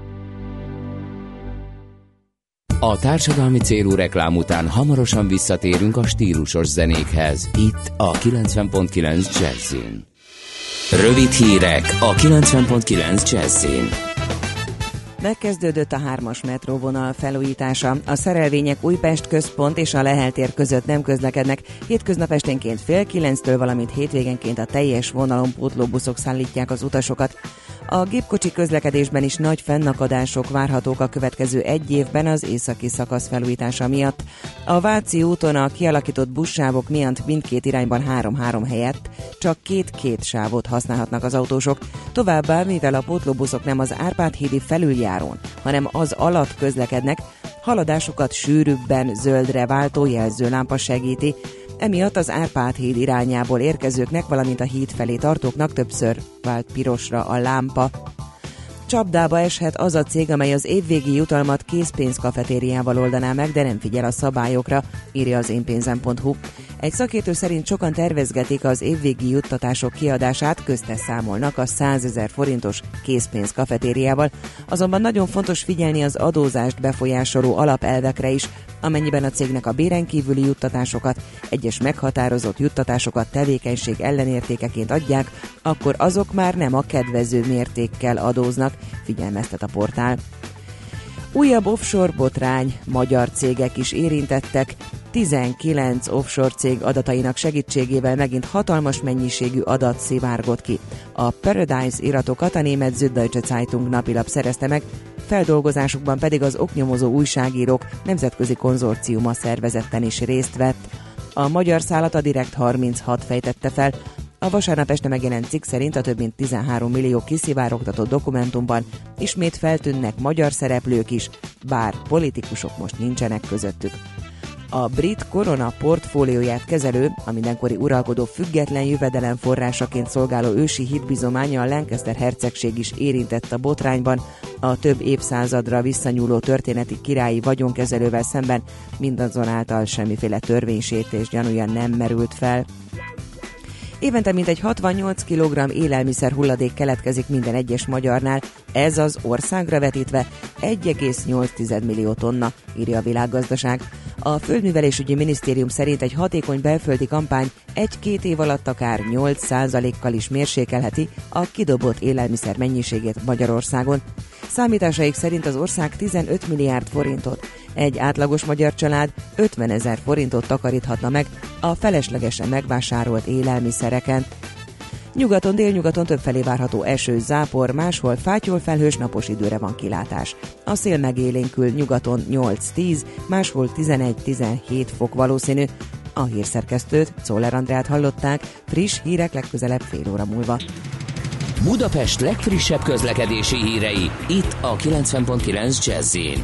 A társadalmi célú reklám után hamarosan visszatérünk a stílusos zenékhez. Itt a kilencven pont kilenc Jazzin. Rövid hírek a kilencven pont kilenc Jazzin. Megkezdődött a hármas metróvonal felújítása. A szerelvények Újpest központ és a Lehel tér között nem közlekednek. Hétköznap esténként fél kilenctől, valamint hétvégenként a teljes vonalon pótlóbuszok szállítják az utasokat. A gépkocsi közlekedésben is nagy fennakadások várhatók a következő egy évben az északi szakasz felújítása miatt. A Váci úton a kialakított buszsávok miatt mindkét irányban három-három helyett csak két-két sávot használhatnak az autósok. Továbbá, mivel a pótlóbuszok nem az Árpád-hídi felüljárón, hanem az alatt közlekednek, haladásukat sűrűbben zöldre váltó jelzőlámpa segíti. Emiatt az Árpád-híd irányából érkezőknek, valamint a híd felé tartóknak többször vált pirosra a lámpa. Csapdába eshet az a cég, amely az évvégi jutalmat készpénzkafetériával oldaná meg, de nem figyel a szabályokra, írja az énpénzem pont hu. Egy szakértő szerint sokan tervezgetik az évvégi juttatások kiadását, közte számolnak a százezer forintos készpénzkafetériával, azonban nagyon fontos figyelni az adózást befolyásoló alapelvekre is, amennyiben a cégnek a béren kívüli juttatásokat, egyes meghatározott juttatásokat tevékenység ellenértékeként adják, akkor azok már nem a kedvező mértékkel adóznak, figyelmeztet a portál. Újabb offshore botrány, magyar cégek is érintettek, tizenkilenc offshore cég adatainak segítségével megint hatalmas mennyiségű adat szivárgott ki. A Paradise iratokat a német Süddeutsche Zeitung napilap szerezte meg, feldolgozásukban pedig az oknyomozó újságírók nemzetközi konzorciuma szervezetten is részt vett. A magyar szálat a Direkt harminchat fejtette fel. A vasárnap este megjelent cikk szerint a több mint tizenhárom millió kiszivárogtatott dokumentumban ismét feltűnnek magyar szereplők is, bár politikusok most nincsenek közöttük. A brit korona portfólióját kezelő, a mindenkori uralkodó független jövedelem forrásaként szolgáló ősi hitbizománya, a Lancaster hercegség is érintett a botrányban, a több évszázadra visszanyúló történeti királyi vagyonkezelővel szemben mindazonáltal semmiféle törvénysértés gyanúja nem merült fel. Évente mintegy hatvannyolc kilogramm élelmiszer hulladék keletkezik minden egyes magyarnál, ez az országra vetítve egy egész nyolc millió tonna, írja a Világgazdaság. A Földművelésügyi Minisztérium szerint egy hatékony belföldi kampány egy-két év alatt akár nyolc százalékkal is mérsékelheti a kidobott élelmiszer mennyiségét Magyarországon. Számításaik szerint az ország tizenöt milliárd forintot, egy átlagos magyar család ötvenezer forintot takaríthatna meg a feleslegesen megvásárolt élelmiszereken. Nyugaton, délnyugaton többfelé várható eső, zápor, máshol fátyol-felhős napos időre van kilátás. A szél megélénkül, nyugaton nyolc-tíz, máshol tizenegy-tizenhét fok valószínű. A hírszerkesztőt, Czoller Andrát hallották, friss hírek legközelebb fél óra múlva. Budapest legfrissebb közlekedési hírei, itt a kilencven pont kilenc Jazz-in.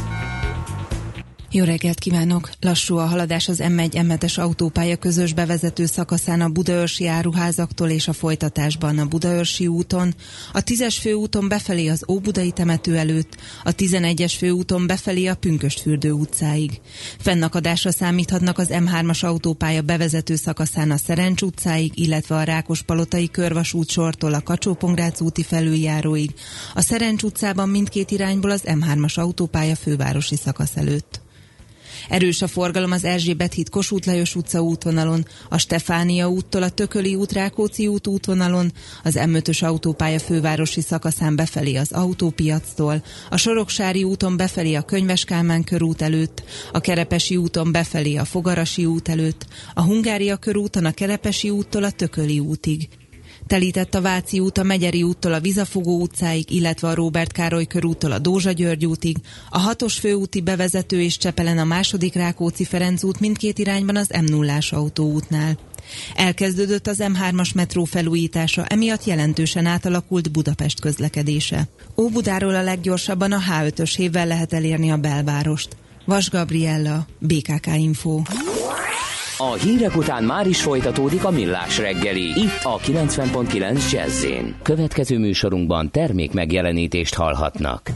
Jó reggelt kívánok! Lassú a haladás az em egy em hetes autópálya közös bevezető szakaszán a budaörsi áruházaktól és a folytatásban a Budaörsi úton, a tízes főúton befelé az Óbudai temető előtt, a tizenegyes főúton befelé a Pünkösdfürdő utcáig. Fennakadásra számíthatnak az em hármas autópálya bevezető szakaszán a Szerencs utcáig, illetve a Rákospalotai körvasút sortól a Kacsó-Pongrác úti felüljáróig, a Szerencs utcában mindkét irányból az em hármas autópálya fővárosi szakasz előtt. Erős a forgalom az Erzsébet híd Kossuth Lajos utca útvonalon, a Stefánia úttól a Tököli út Rákóczi út útvonalon, az em ötös autópálya fővárosi szakaszán befelé az Autópiactól, a Soroksári úton befelé a Könyves Kálmán körút előtt, a Kerepesi úton befelé a Fogarasi út előtt, a Hungária körúton a Kerepesi úttól a Tököli útig. Telített a Váci út a Megyeri úttól a Vizafogó utcáig, illetve a Róbert Károly körúttól a Dózsa György útig, a hatos főúti bevezető és Csepelen a második Rákóczi-Ferenc út mindkét irányban az em nullás autóútnál. Elkezdődött az em hármas metró felújítása, emiatt jelentősen átalakult Budapest közlekedése. Óbudáról a leggyorsabban a há ötös hévvel lehet elérni a belvárost. Vas Gabriella, bé ká ká Info. A hírek után már is folytatódik a Millás reggeli, itt a kilencven pont kilenc Jazz-én. Következő műsorunkban termék megjelenítést hallhatnak.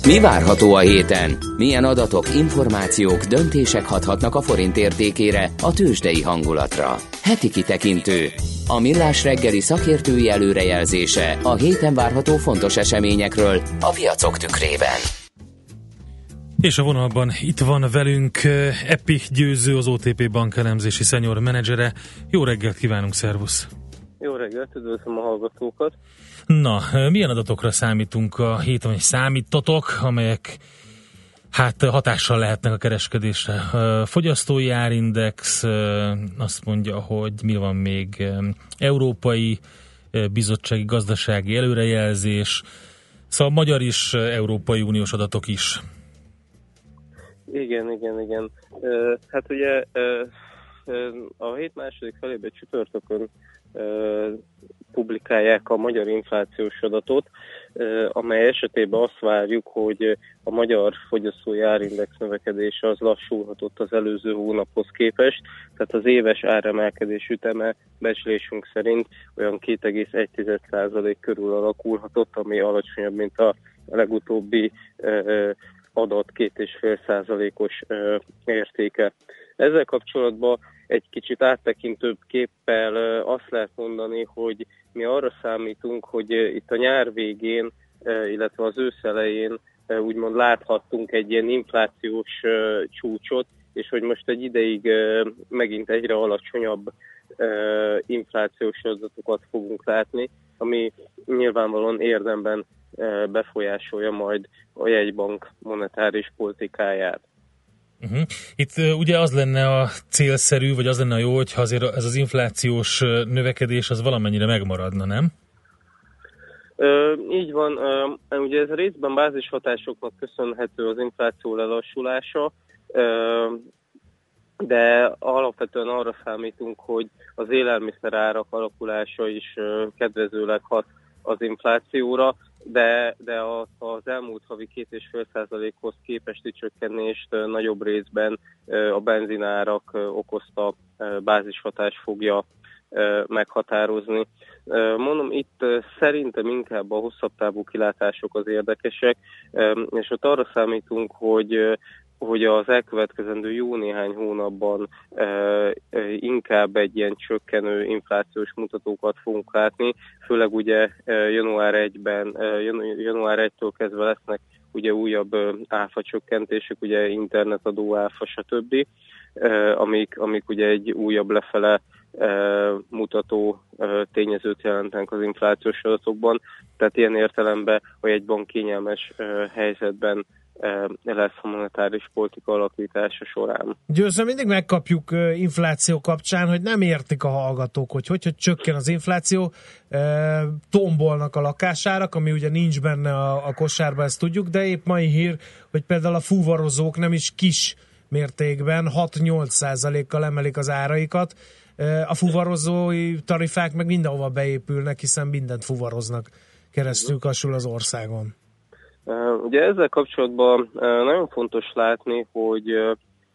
Mi várható a héten? Milyen adatok, információk, döntések hathatnak a forint értékére, a tőzsdei hangulatra? Heti kitekintő. A Millás reggeli szakértői előrejelzése a héten várható fontos eseményekről a piacok tükrében. És a vonalban itt van velünk Epi Győző, az o té pé Bank elemzési senior menedzsere. Jó reggelt kívánunk, szervusz! Jó reggelt, üdvözlöm a hallgatókat! Na, milyen adatokra számítunk a héten, vagy számítatok, amelyek hát hatással lehetnek a kereskedésre? Fogyasztói árindex azt mondja, hogy mi van még, európai bizottsági gazdasági előrejelzés, szóval magyar is, Európai Uniós adatok is. Igen, igen, igen. Hát ugye a hét második felében csütörtökön publikálják a magyar inflációs adatot, amely esetében azt várjuk, hogy a magyar fogyasztói árindex növekedése az lassulhatott az előző hónaphoz képest, tehát az éves áremelkedés üteme becslésünk szerint olyan két egész egy százalék körül alakulhatott, ami alacsonyabb, mint a legutóbbi adat két egész öt százalékos értéke. Ezzel kapcsolatban egy kicsit áttekintőbb képpel azt lehet mondani, hogy mi arra számítunk, hogy itt a nyár végén, illetve az ősz elején úgymond láthattunk egy ilyen inflációs csúcsot, és hogy most egy ideig megint egyre alacsonyabb inflációs adatokat fogunk látni, ami nyilvánvalóan érdemben befolyásolja majd a jegybank monetáris politikáját. Uh-huh. Itt uh, ugye az lenne a célszerű, vagy az lenne a jó, hogyha azért ez az inflációs uh, növekedés az valamennyire megmaradna, nem? Uh, így van. Uh, ugye ez a részben bázishatásoknak köszönhető az infláció lelassulása, uh, de alapvetően arra számítunk, hogy az élelmiszerárak alakulása is uh, kedvezőleg hat az inflációra, de, de az, az elmúlt havi két egész öt százalékhoz képesti csökkenést nagyobb részben a benzinárak okozta bázishatás fogja meghatározni. Mondom, itt szerintem inkább a hosszabb távú kilátások az érdekesek, és ott arra számítunk, hogy hogy az elkövetkezendő jó néhány hónapban e, e, inkább egy ilyen csökkenő inflációs mutatókat fogunk látni, főleg ugye e, január elsejében, e, január elsejétől kezdve lesznek ugye újabb e, áfa csökkentések, ugye internetadó áfa, stb., e, amik, amik ugye egy újabb lefele e, mutató e, tényezőt jelentenek az inflációs adatokban, tehát ilyen értelemben a jegybank kényelmes e, helyzetben lesz a monetáris politika alakítása során. Győzöm, mindig megkapjuk infláció kapcsán, hogy nem értik a hallgatók, hogy hogyha csökken az infláció, tombolnak a lakásárak, ami ugye nincs benne a, a kosárban, ezt tudjuk, de épp mai hír, hogy például a fuvarozók nem is kis mértékben hat-nyolc százalékkal emelik az áraikat. A fuvarozói tarifák meg mindenhova beépülnek, hiszen mindent fuvaroznak keresztül kasul az országon. Uh, ugye ezzel kapcsolatban uh, nagyon fontos látni, hogy, uh,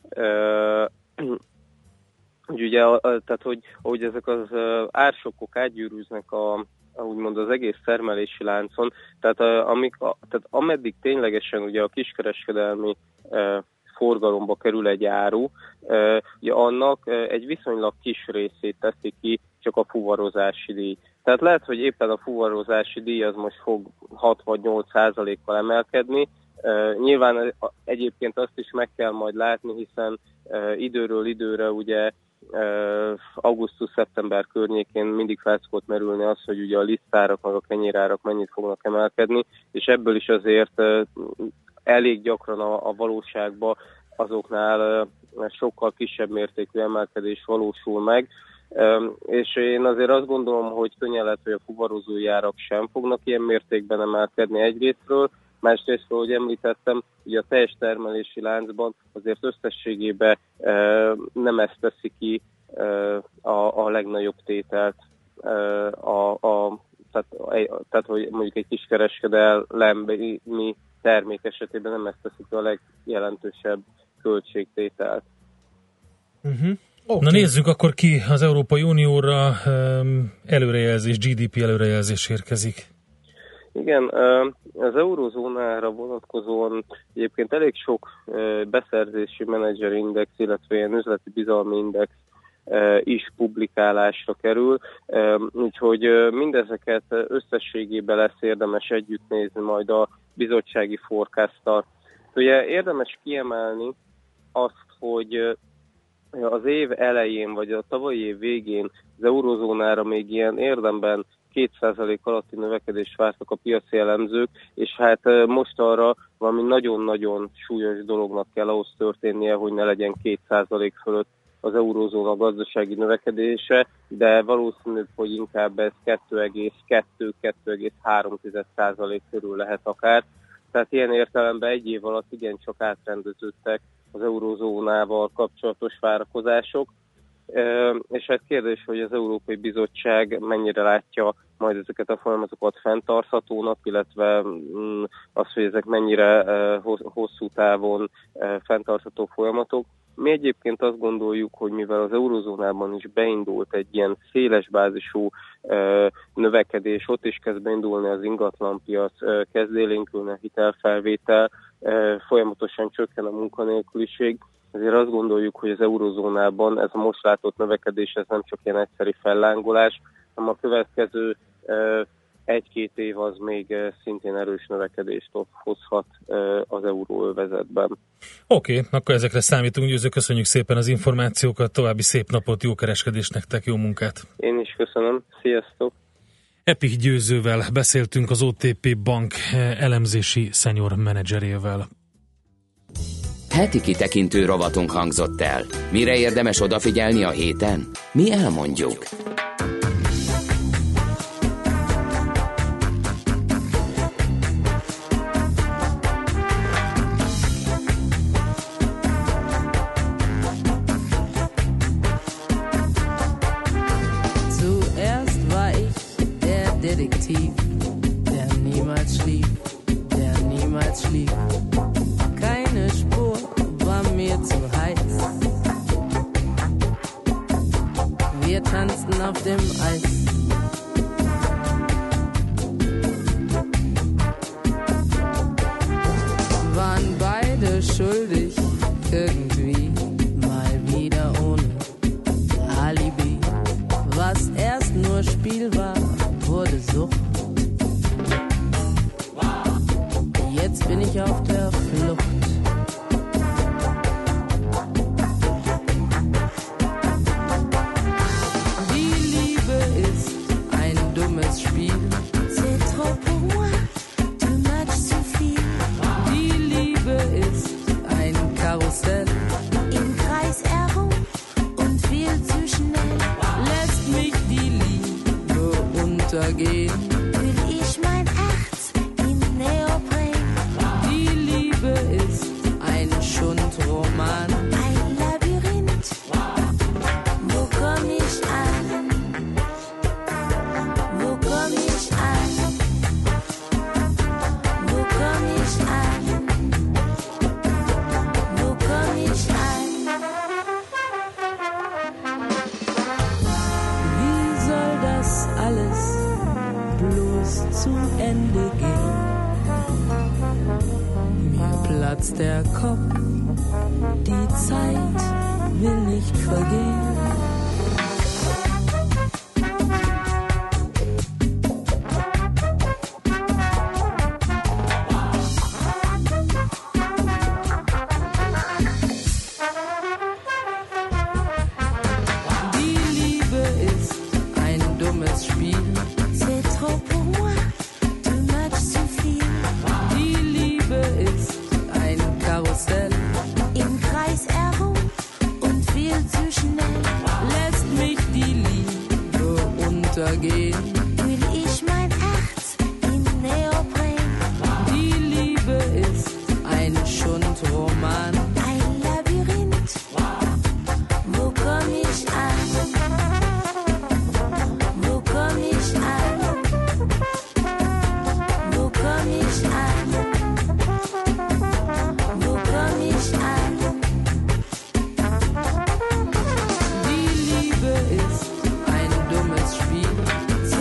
uh, hogy ugye, uh, tehát hogy, hogy ezek az uh, ársokkok átgyűrűznek a, a, úgymond az egész termelési láncon, tehát, uh, amik, a, tehát ameddig ténylegesen ugye a kiskereskedelmi uh, forgalomba kerül egy áru, uh, ugye annak uh, egy viszonylag kis részét teszi ki csak a fuvarozási díj. Tehát lehet, hogy éppen a fuvarozási díj az most fog hat vagy nyolc százalékkal emelkedni. Uh, nyilván egyébként azt is meg kell majd látni, hiszen uh, időről időre ugye uh, augusztus-szeptember környékén mindig fel szokott merülni az, hogy ugye a lisztárak meg a kenyérárak mennyit fognak emelkedni, és ebből is azért uh, elég gyakran a, a valóságban azoknál uh, sokkal kisebb mértékű emelkedés valósul meg. Um, és én azért azt gondolom, hogy könnyen lehet, hogy a fuvarozói árak sem fognak ilyen mértékben emelkedni egyrésztről, másrésztről, hogy említettem, ugye a teljes termelési láncban azért összességében uh, nem ezt teszi ki uh, a, a legnagyobb tételt, uh, a, a, tehát, a, tehát hogy mondjuk egy kiskereskedelmi termék esetében nem ezt teszi ki a legjelentősebb költségtételt. Uh-huh. Okay. Na nézzük akkor ki az Európai Unióra, előrejelzés, gé dé pé előrejelzés érkezik. Igen, az eurozónára vonatkozóan egyébként elég sok beszerzési menedzserindex, illetve ilyen üzleti bizalmi index is publikálásra kerül, úgyhogy mindezeket összességében lesz érdemes együtt nézni majd a bizottsági forecast-tal. Ugye érdemes kiemelni azt, hogy az év elején, vagy a tavalyi év végén az eurozónára még ilyen érdemben két százalék alatti növekedést vártak a piaci elemzők, és hát most arra valami nagyon-nagyon súlyos dolognak kell ahhoz történnie, hogy ne legyen két százalék fölött az eurózóna gazdasági növekedése, de valószínűbb, hogy inkább ez kettő egész kettő - kettő egész három százalék körül lehet akár. Tehát ilyen értelemben egy év alatt igencsak átrendeződtek az eurózónával kapcsolatos várakozások. És hát kérdés, hogy az Európai Bizottság mennyire látja majd ezeket a folyamatokat fenntarthatónak, illetve az, hogy ezek mennyire hosszú távon fenntartható folyamatok. Mi egyébként azt gondoljuk, hogy mivel az eurozónában is beindult egy ilyen széles bázisú növekedés, ott is kezd beindulni az ingatlanpiac, kezd élénkülni a hitelfelvétel, folyamatosan csökken a munkanélküliség, ezért azt gondoljuk, hogy az eurozónában ez a most látott növekedés, ez nem csak ilyen egyszeri fellángolás, hanem a következő egy-két év az még szintén erős növekedést hozhat az euróövezetben. Oké, okay, akkor ezekre számítunk. Győző, köszönjük szépen az információkat, további szép napot, jó kereskedést nektek, jó munkát! Én is köszönöm, sziasztok! Epik Győzővel beszéltünk, az o té pé Bank elemzési senior menedzserével. Heti kitekintő rovatunk hangzott el. Mire érdemes odafigyelni a héten? Mi elmondjuk. Zuerst war ich der Detektiv, der niemals schlief, der niemals schlief. Keine Spur war mir zu heiß. Wir tanzten auf dem Eis. Waren beide schuldig, irgendwie, mal wieder ohne Alibi. Was erst nur Spiel war, wurde Sucht. Jetzt bin ich auf der Flucht. Die Liebe ist ein dummes Spiel. C'est trop pour moi, too much zu viel. Die Liebe ist ein Karussell. Im Kreis herum und viel zu schnell. Lässt mich die Liebe untergehen. Will ich mein Herz in Neopren. Ist ein Schundroman, ein Labyrinth. Wo komm ich an? Wo komm ich an? Wo komm ich an? Wo komm ich an? Wie soll das alles bloß zu Ende gehen? Platzt der Kopf, die Zeit will nicht vergehen. Die Liebe ist ein dummes Spiel. C'est trop pour moi, too much zu viel. Die Liebe ist Karussell. Im Kreis herum und viel zu schnell. Lässt mich die Liebe untergehen. Will ich mein Herz in Neopren. Die Liebe ist ein Schundroman. Ein Labyrinth. Wo komm ich an? Wo komm ich an? Wo komm ich an? Die Liebe ist ein dummes Spiel.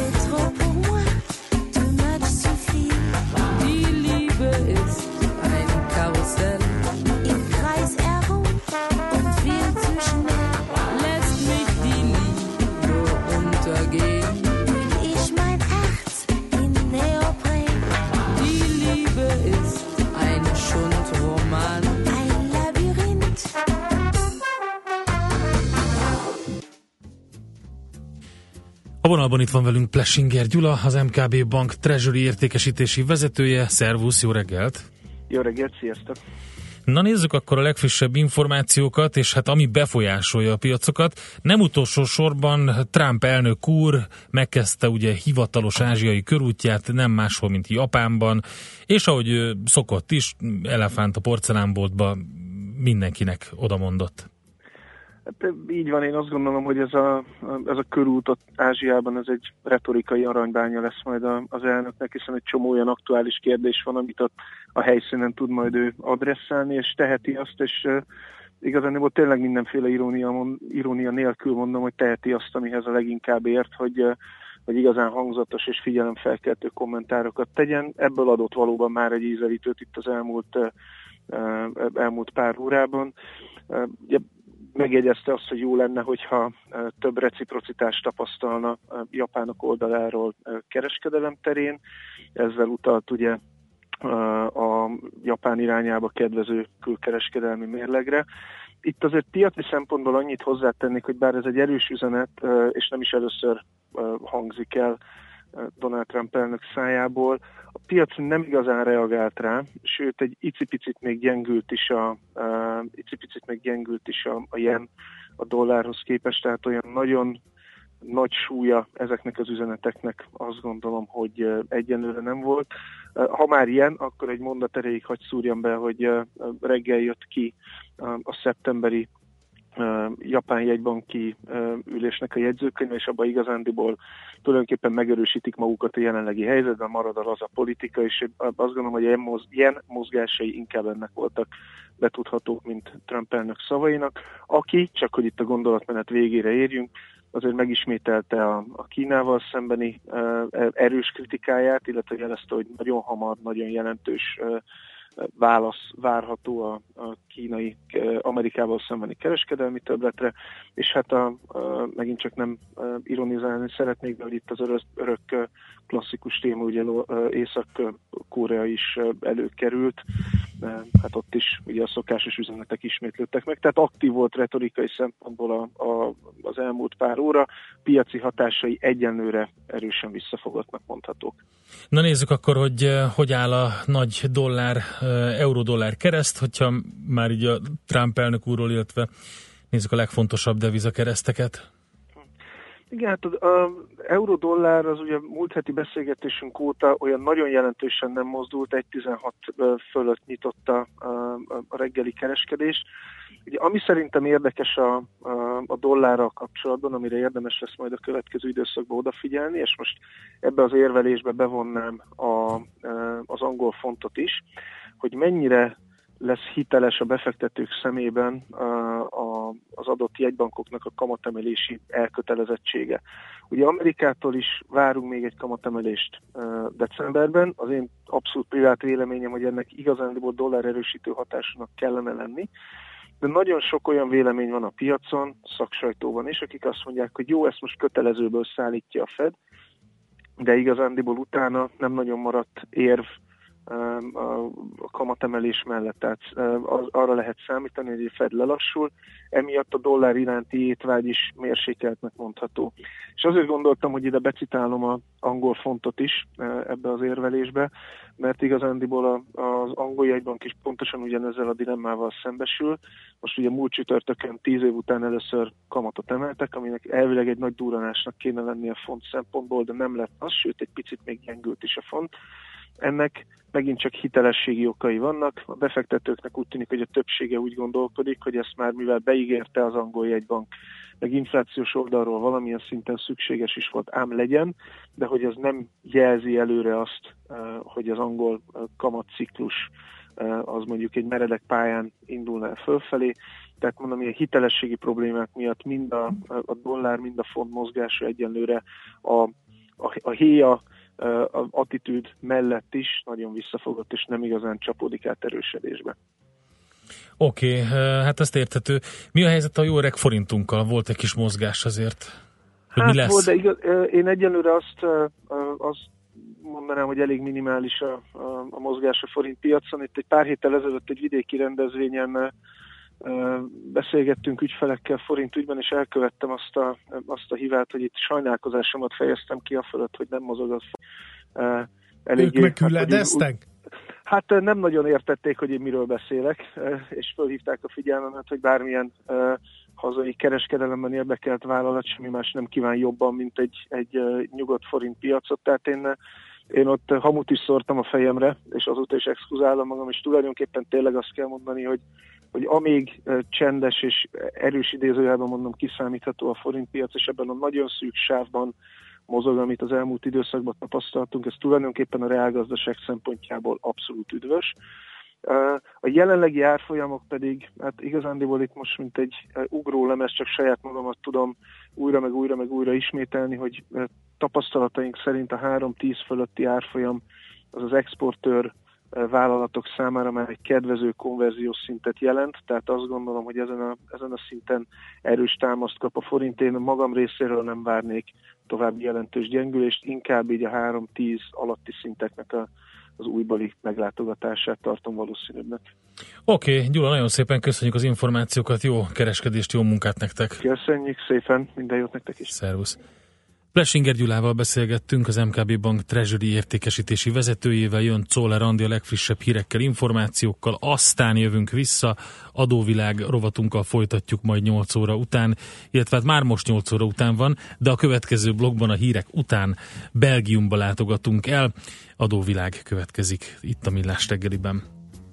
A vonalban itt van velünk Plessinger Gyula, az em ká bé Bank Treasury értékesítési vezetője. Szervusz, jó reggelt! Jó reggelt, sziasztok! Na nézzük akkor a legfrissebb információkat, és hát ami befolyásolja a piacokat. Nem utolsó sorban Trump elnök úr megkezdte ugye hivatalos ázsiai körútját, nem máshol, mint Japánban, és ahogy szokott is, elefánt a porcelánboltba, mindenkinek odamondott. Hát így van, én azt gondolom, hogy ez a, ez a körút ott Ázsiában ez egy retorikai aranybánya lesz majd az elnöknek, hiszen egy csomó olyan aktuális kérdés van, amit ott a helyszínen tud majd ő adresszálni, és teheti azt, és uh, igazán tényleg mindenféle irónia, irónia nélkül mondom, hogy teheti azt, amihez a leginkább ért, hogy, uh, hogy igazán hangzatos és figyelemfelkeltő kommentárokat tegyen. Ebből adott valóban már egy ízelítőt itt az elmúlt, uh, uh, elmúlt pár órában. Uh, ugye, megjegyezte azt, hogy jó lenne, hogyha több reciprocitást tapasztalna japánok oldaláról kereskedelem terén. Ezzel utalt ugye a Japán irányába kedvező külkereskedelmi mérlegre. Itt azért piaci szempontból annyit hozzátennék, hogy bár ez egy erős üzenet, és nem is először hangzik el Donald Trump elnök szájából, a piac nem igazán reagált rá, sőt egy icipicit még gyengült is a, uh, icipicit még gyengült is a, a yen a dollárhoz képest, tehát olyan nagyon nagy súlya ezeknek az üzeneteknek azt gondolom, hogy uh, egyenlőre nem volt. Uh, ha már ilyen, akkor egy mondat erejéig hagy szúrjam be, hogy uh, reggel jött ki uh, a szeptemberi Uh, japán jegybanki uh, ülésnek a jegyzőkönyve, és abban igazándiból tulajdonképpen megerősítik magukat a jelenlegi helyzetben, marad a laza politika, és azt gondolom, hogy ilyen, moz, ilyen mozgásai inkább ennek voltak betudhatók, mint Trump elnök szavainak, aki, csak hogy itt a gondolatmenet végére érjünk, azért megismételte a, a Kínával szembeni uh, erős kritikáját, illetve jelezte, hogy nagyon hamar, nagyon jelentős uh, válasz várható a, a kínai, Amerikával szembeni kereskedelmi többletre, és hát a, a, megint csak nem a, ironizálni szeretnék, de hogy itt az örök, örök klasszikus téma, ugye Észak-Korea is előkerült, hát ott is ugye a szokásos üzenetek ismétlődtek meg, tehát aktív volt retorikai szempontból a, a, az elmúlt pár óra, piaci hatásai egyenlőre erősen visszafogottnak mondhatók. Na nézzük akkor, hogy hogy áll a nagy dollár, euró-dollár kereszt, hogyha már így a Trump elnök úrról, illetve nézzük a legfontosabb devizakereszteket. Igen, hát az, az euró-dollár az ugye múlt heti beszélgetésünk óta olyan nagyon jelentősen nem mozdult, egy tizenhat fölött nyitotta a, a reggeli kereskedés. Ugye, ami szerintem érdekes a, a, a dollárral kapcsolatban, amire érdemes lesz majd a következő időszakban odafigyelni, és most ebbe az érvelésbe bevonnám a, az angol fontot is, hogy mennyire lesz hiteles a befektetők szemében a, a, az adott jegybankoknak a kamatemelési elkötelezettsége. Ugye Amerikától is várunk még egy kamatemelést uh, decemberben. Az én abszolút privát véleményem, hogy ennek igazándiból dollár erősítő hatásnak kellene lenni. De nagyon sok olyan vélemény van a piacon, szaksajtóban is, akik azt mondják, hogy jó, ezt most kötelezőből szállítja a Fed, de igazándiból utána nem nagyon maradt érv a kamatemelés mellett, tehát arra lehet számítani, hogy a Fed lelassul, emiatt a dollár iránti étvágy is mérsékeltnek mondható. És azért gondoltam, hogy ide becitálom az angol fontot is ebbe az érvelésbe, mert igazándiból az angol jegybank is pontosan ugyanezzel a dilemmával szembesül. Most ugye múlt csütörtökön tíz év után először kamatot emeltek, aminek elvileg egy nagy durranásnak kéne lennie a font szempontból, de nem lett az, sőt egy picit még gyengült is a font. Ennek megint csak hitelességi okai vannak. A befektetőknek úgy tűnik, hogy a többsége úgy gondolkodik, hogy ezt már mivel beígérte az angol jegybank, meg inflációs oldalról valamilyen szinten szükséges is volt, ám legyen, de hogy ez nem jelzi előre azt, hogy az angol kamatciklus az mondjuk egy meredek pályán indulna el fölfelé. Tehát mondom, ilyen hitelességi problémák miatt mind a, a dollár, mind a font mozgása egyenlőre a, a, a héja az attitűd mellett is nagyon visszafogott, és nem igazán csapódik át erősödésbe. Oké, okay, hát ezt érthető. Mi a helyzet a jó öreg forintunkkal? Volt egy kis mozgás azért? Hogy hát mi lesz? Volt, de igaz, én egyelőre azt, azt mondanám, hogy elég minimális a, a, a mozgás a forint piacon. Itt egy pár héttel ezelőtt egy vidéki rendezvényen beszélgettünk ügyfelekkel forint ügyben, és elkövettem azt a, azt a hibát, hogy itt sajnálkozásomat fejeztem ki a fölött, hogy nem mozog az. Eléggé, ők meg hüledeztek? Hát nem nagyon értették, hogy én miről beszélek, és fölhívták a figyelmemet, hogy bármilyen hazai kereskedelemben érdekelt vállalat semmi más nem kíván jobban, mint egy, egy nyugodt forint piacot. Tehát én, én ott hamut is szórtam a fejemre, és azóta is exkluzálom magam, és tulajdonképpen tényleg azt kell mondani, hogy, hogy amíg csendes és erős idézőjelben mondom kiszámítható a forintpiac, és ebben a nagyon szűk sávban mozog, amit az elmúlt időszakban tapasztaltunk, ez tulajdonképpen a reálgazdaság szempontjából abszolút üdvös. A jelenlegi árfolyamok pedig, hát igazándiból itt most mint egy ugrólemez, csak saját magamat tudom újra meg újra meg újra ismételni, hogy tapasztalataink szerint a három-tíz fölötti árfolyam az az exportőr vállalatok számára már egy kedvező konverziós szintet jelent, tehát azt gondolom, hogy ezen a, ezen a szinten erős támaszt kap a forint. Én magam részéről nem várnék további jelentős gyengülést, inkább így a három-tíz alatti szinteknek a, az újbali meglátogatását tartom valószínűbbnek. Oké, okay, Gyula, nagyon szépen köszönjük az információkat, jó kereskedést, jó munkát nektek! Köszönjük szépen, minden jót nektek is! Szervusz! Plesinger Gyulával beszélgettünk, az em ká bé Bank Treasury értékesítési vezetőjével, jön Czoller Andi a legfrissebb hírekkel, információkkal, aztán jövünk vissza, adóvilág rovatunkkal folytatjuk majd nyolc óra után, illetve hát már most nyolc óra után van, de a következő blogban a hírek után Belgiumba látogatunk el, adóvilág következik itt a Millás reggeliben.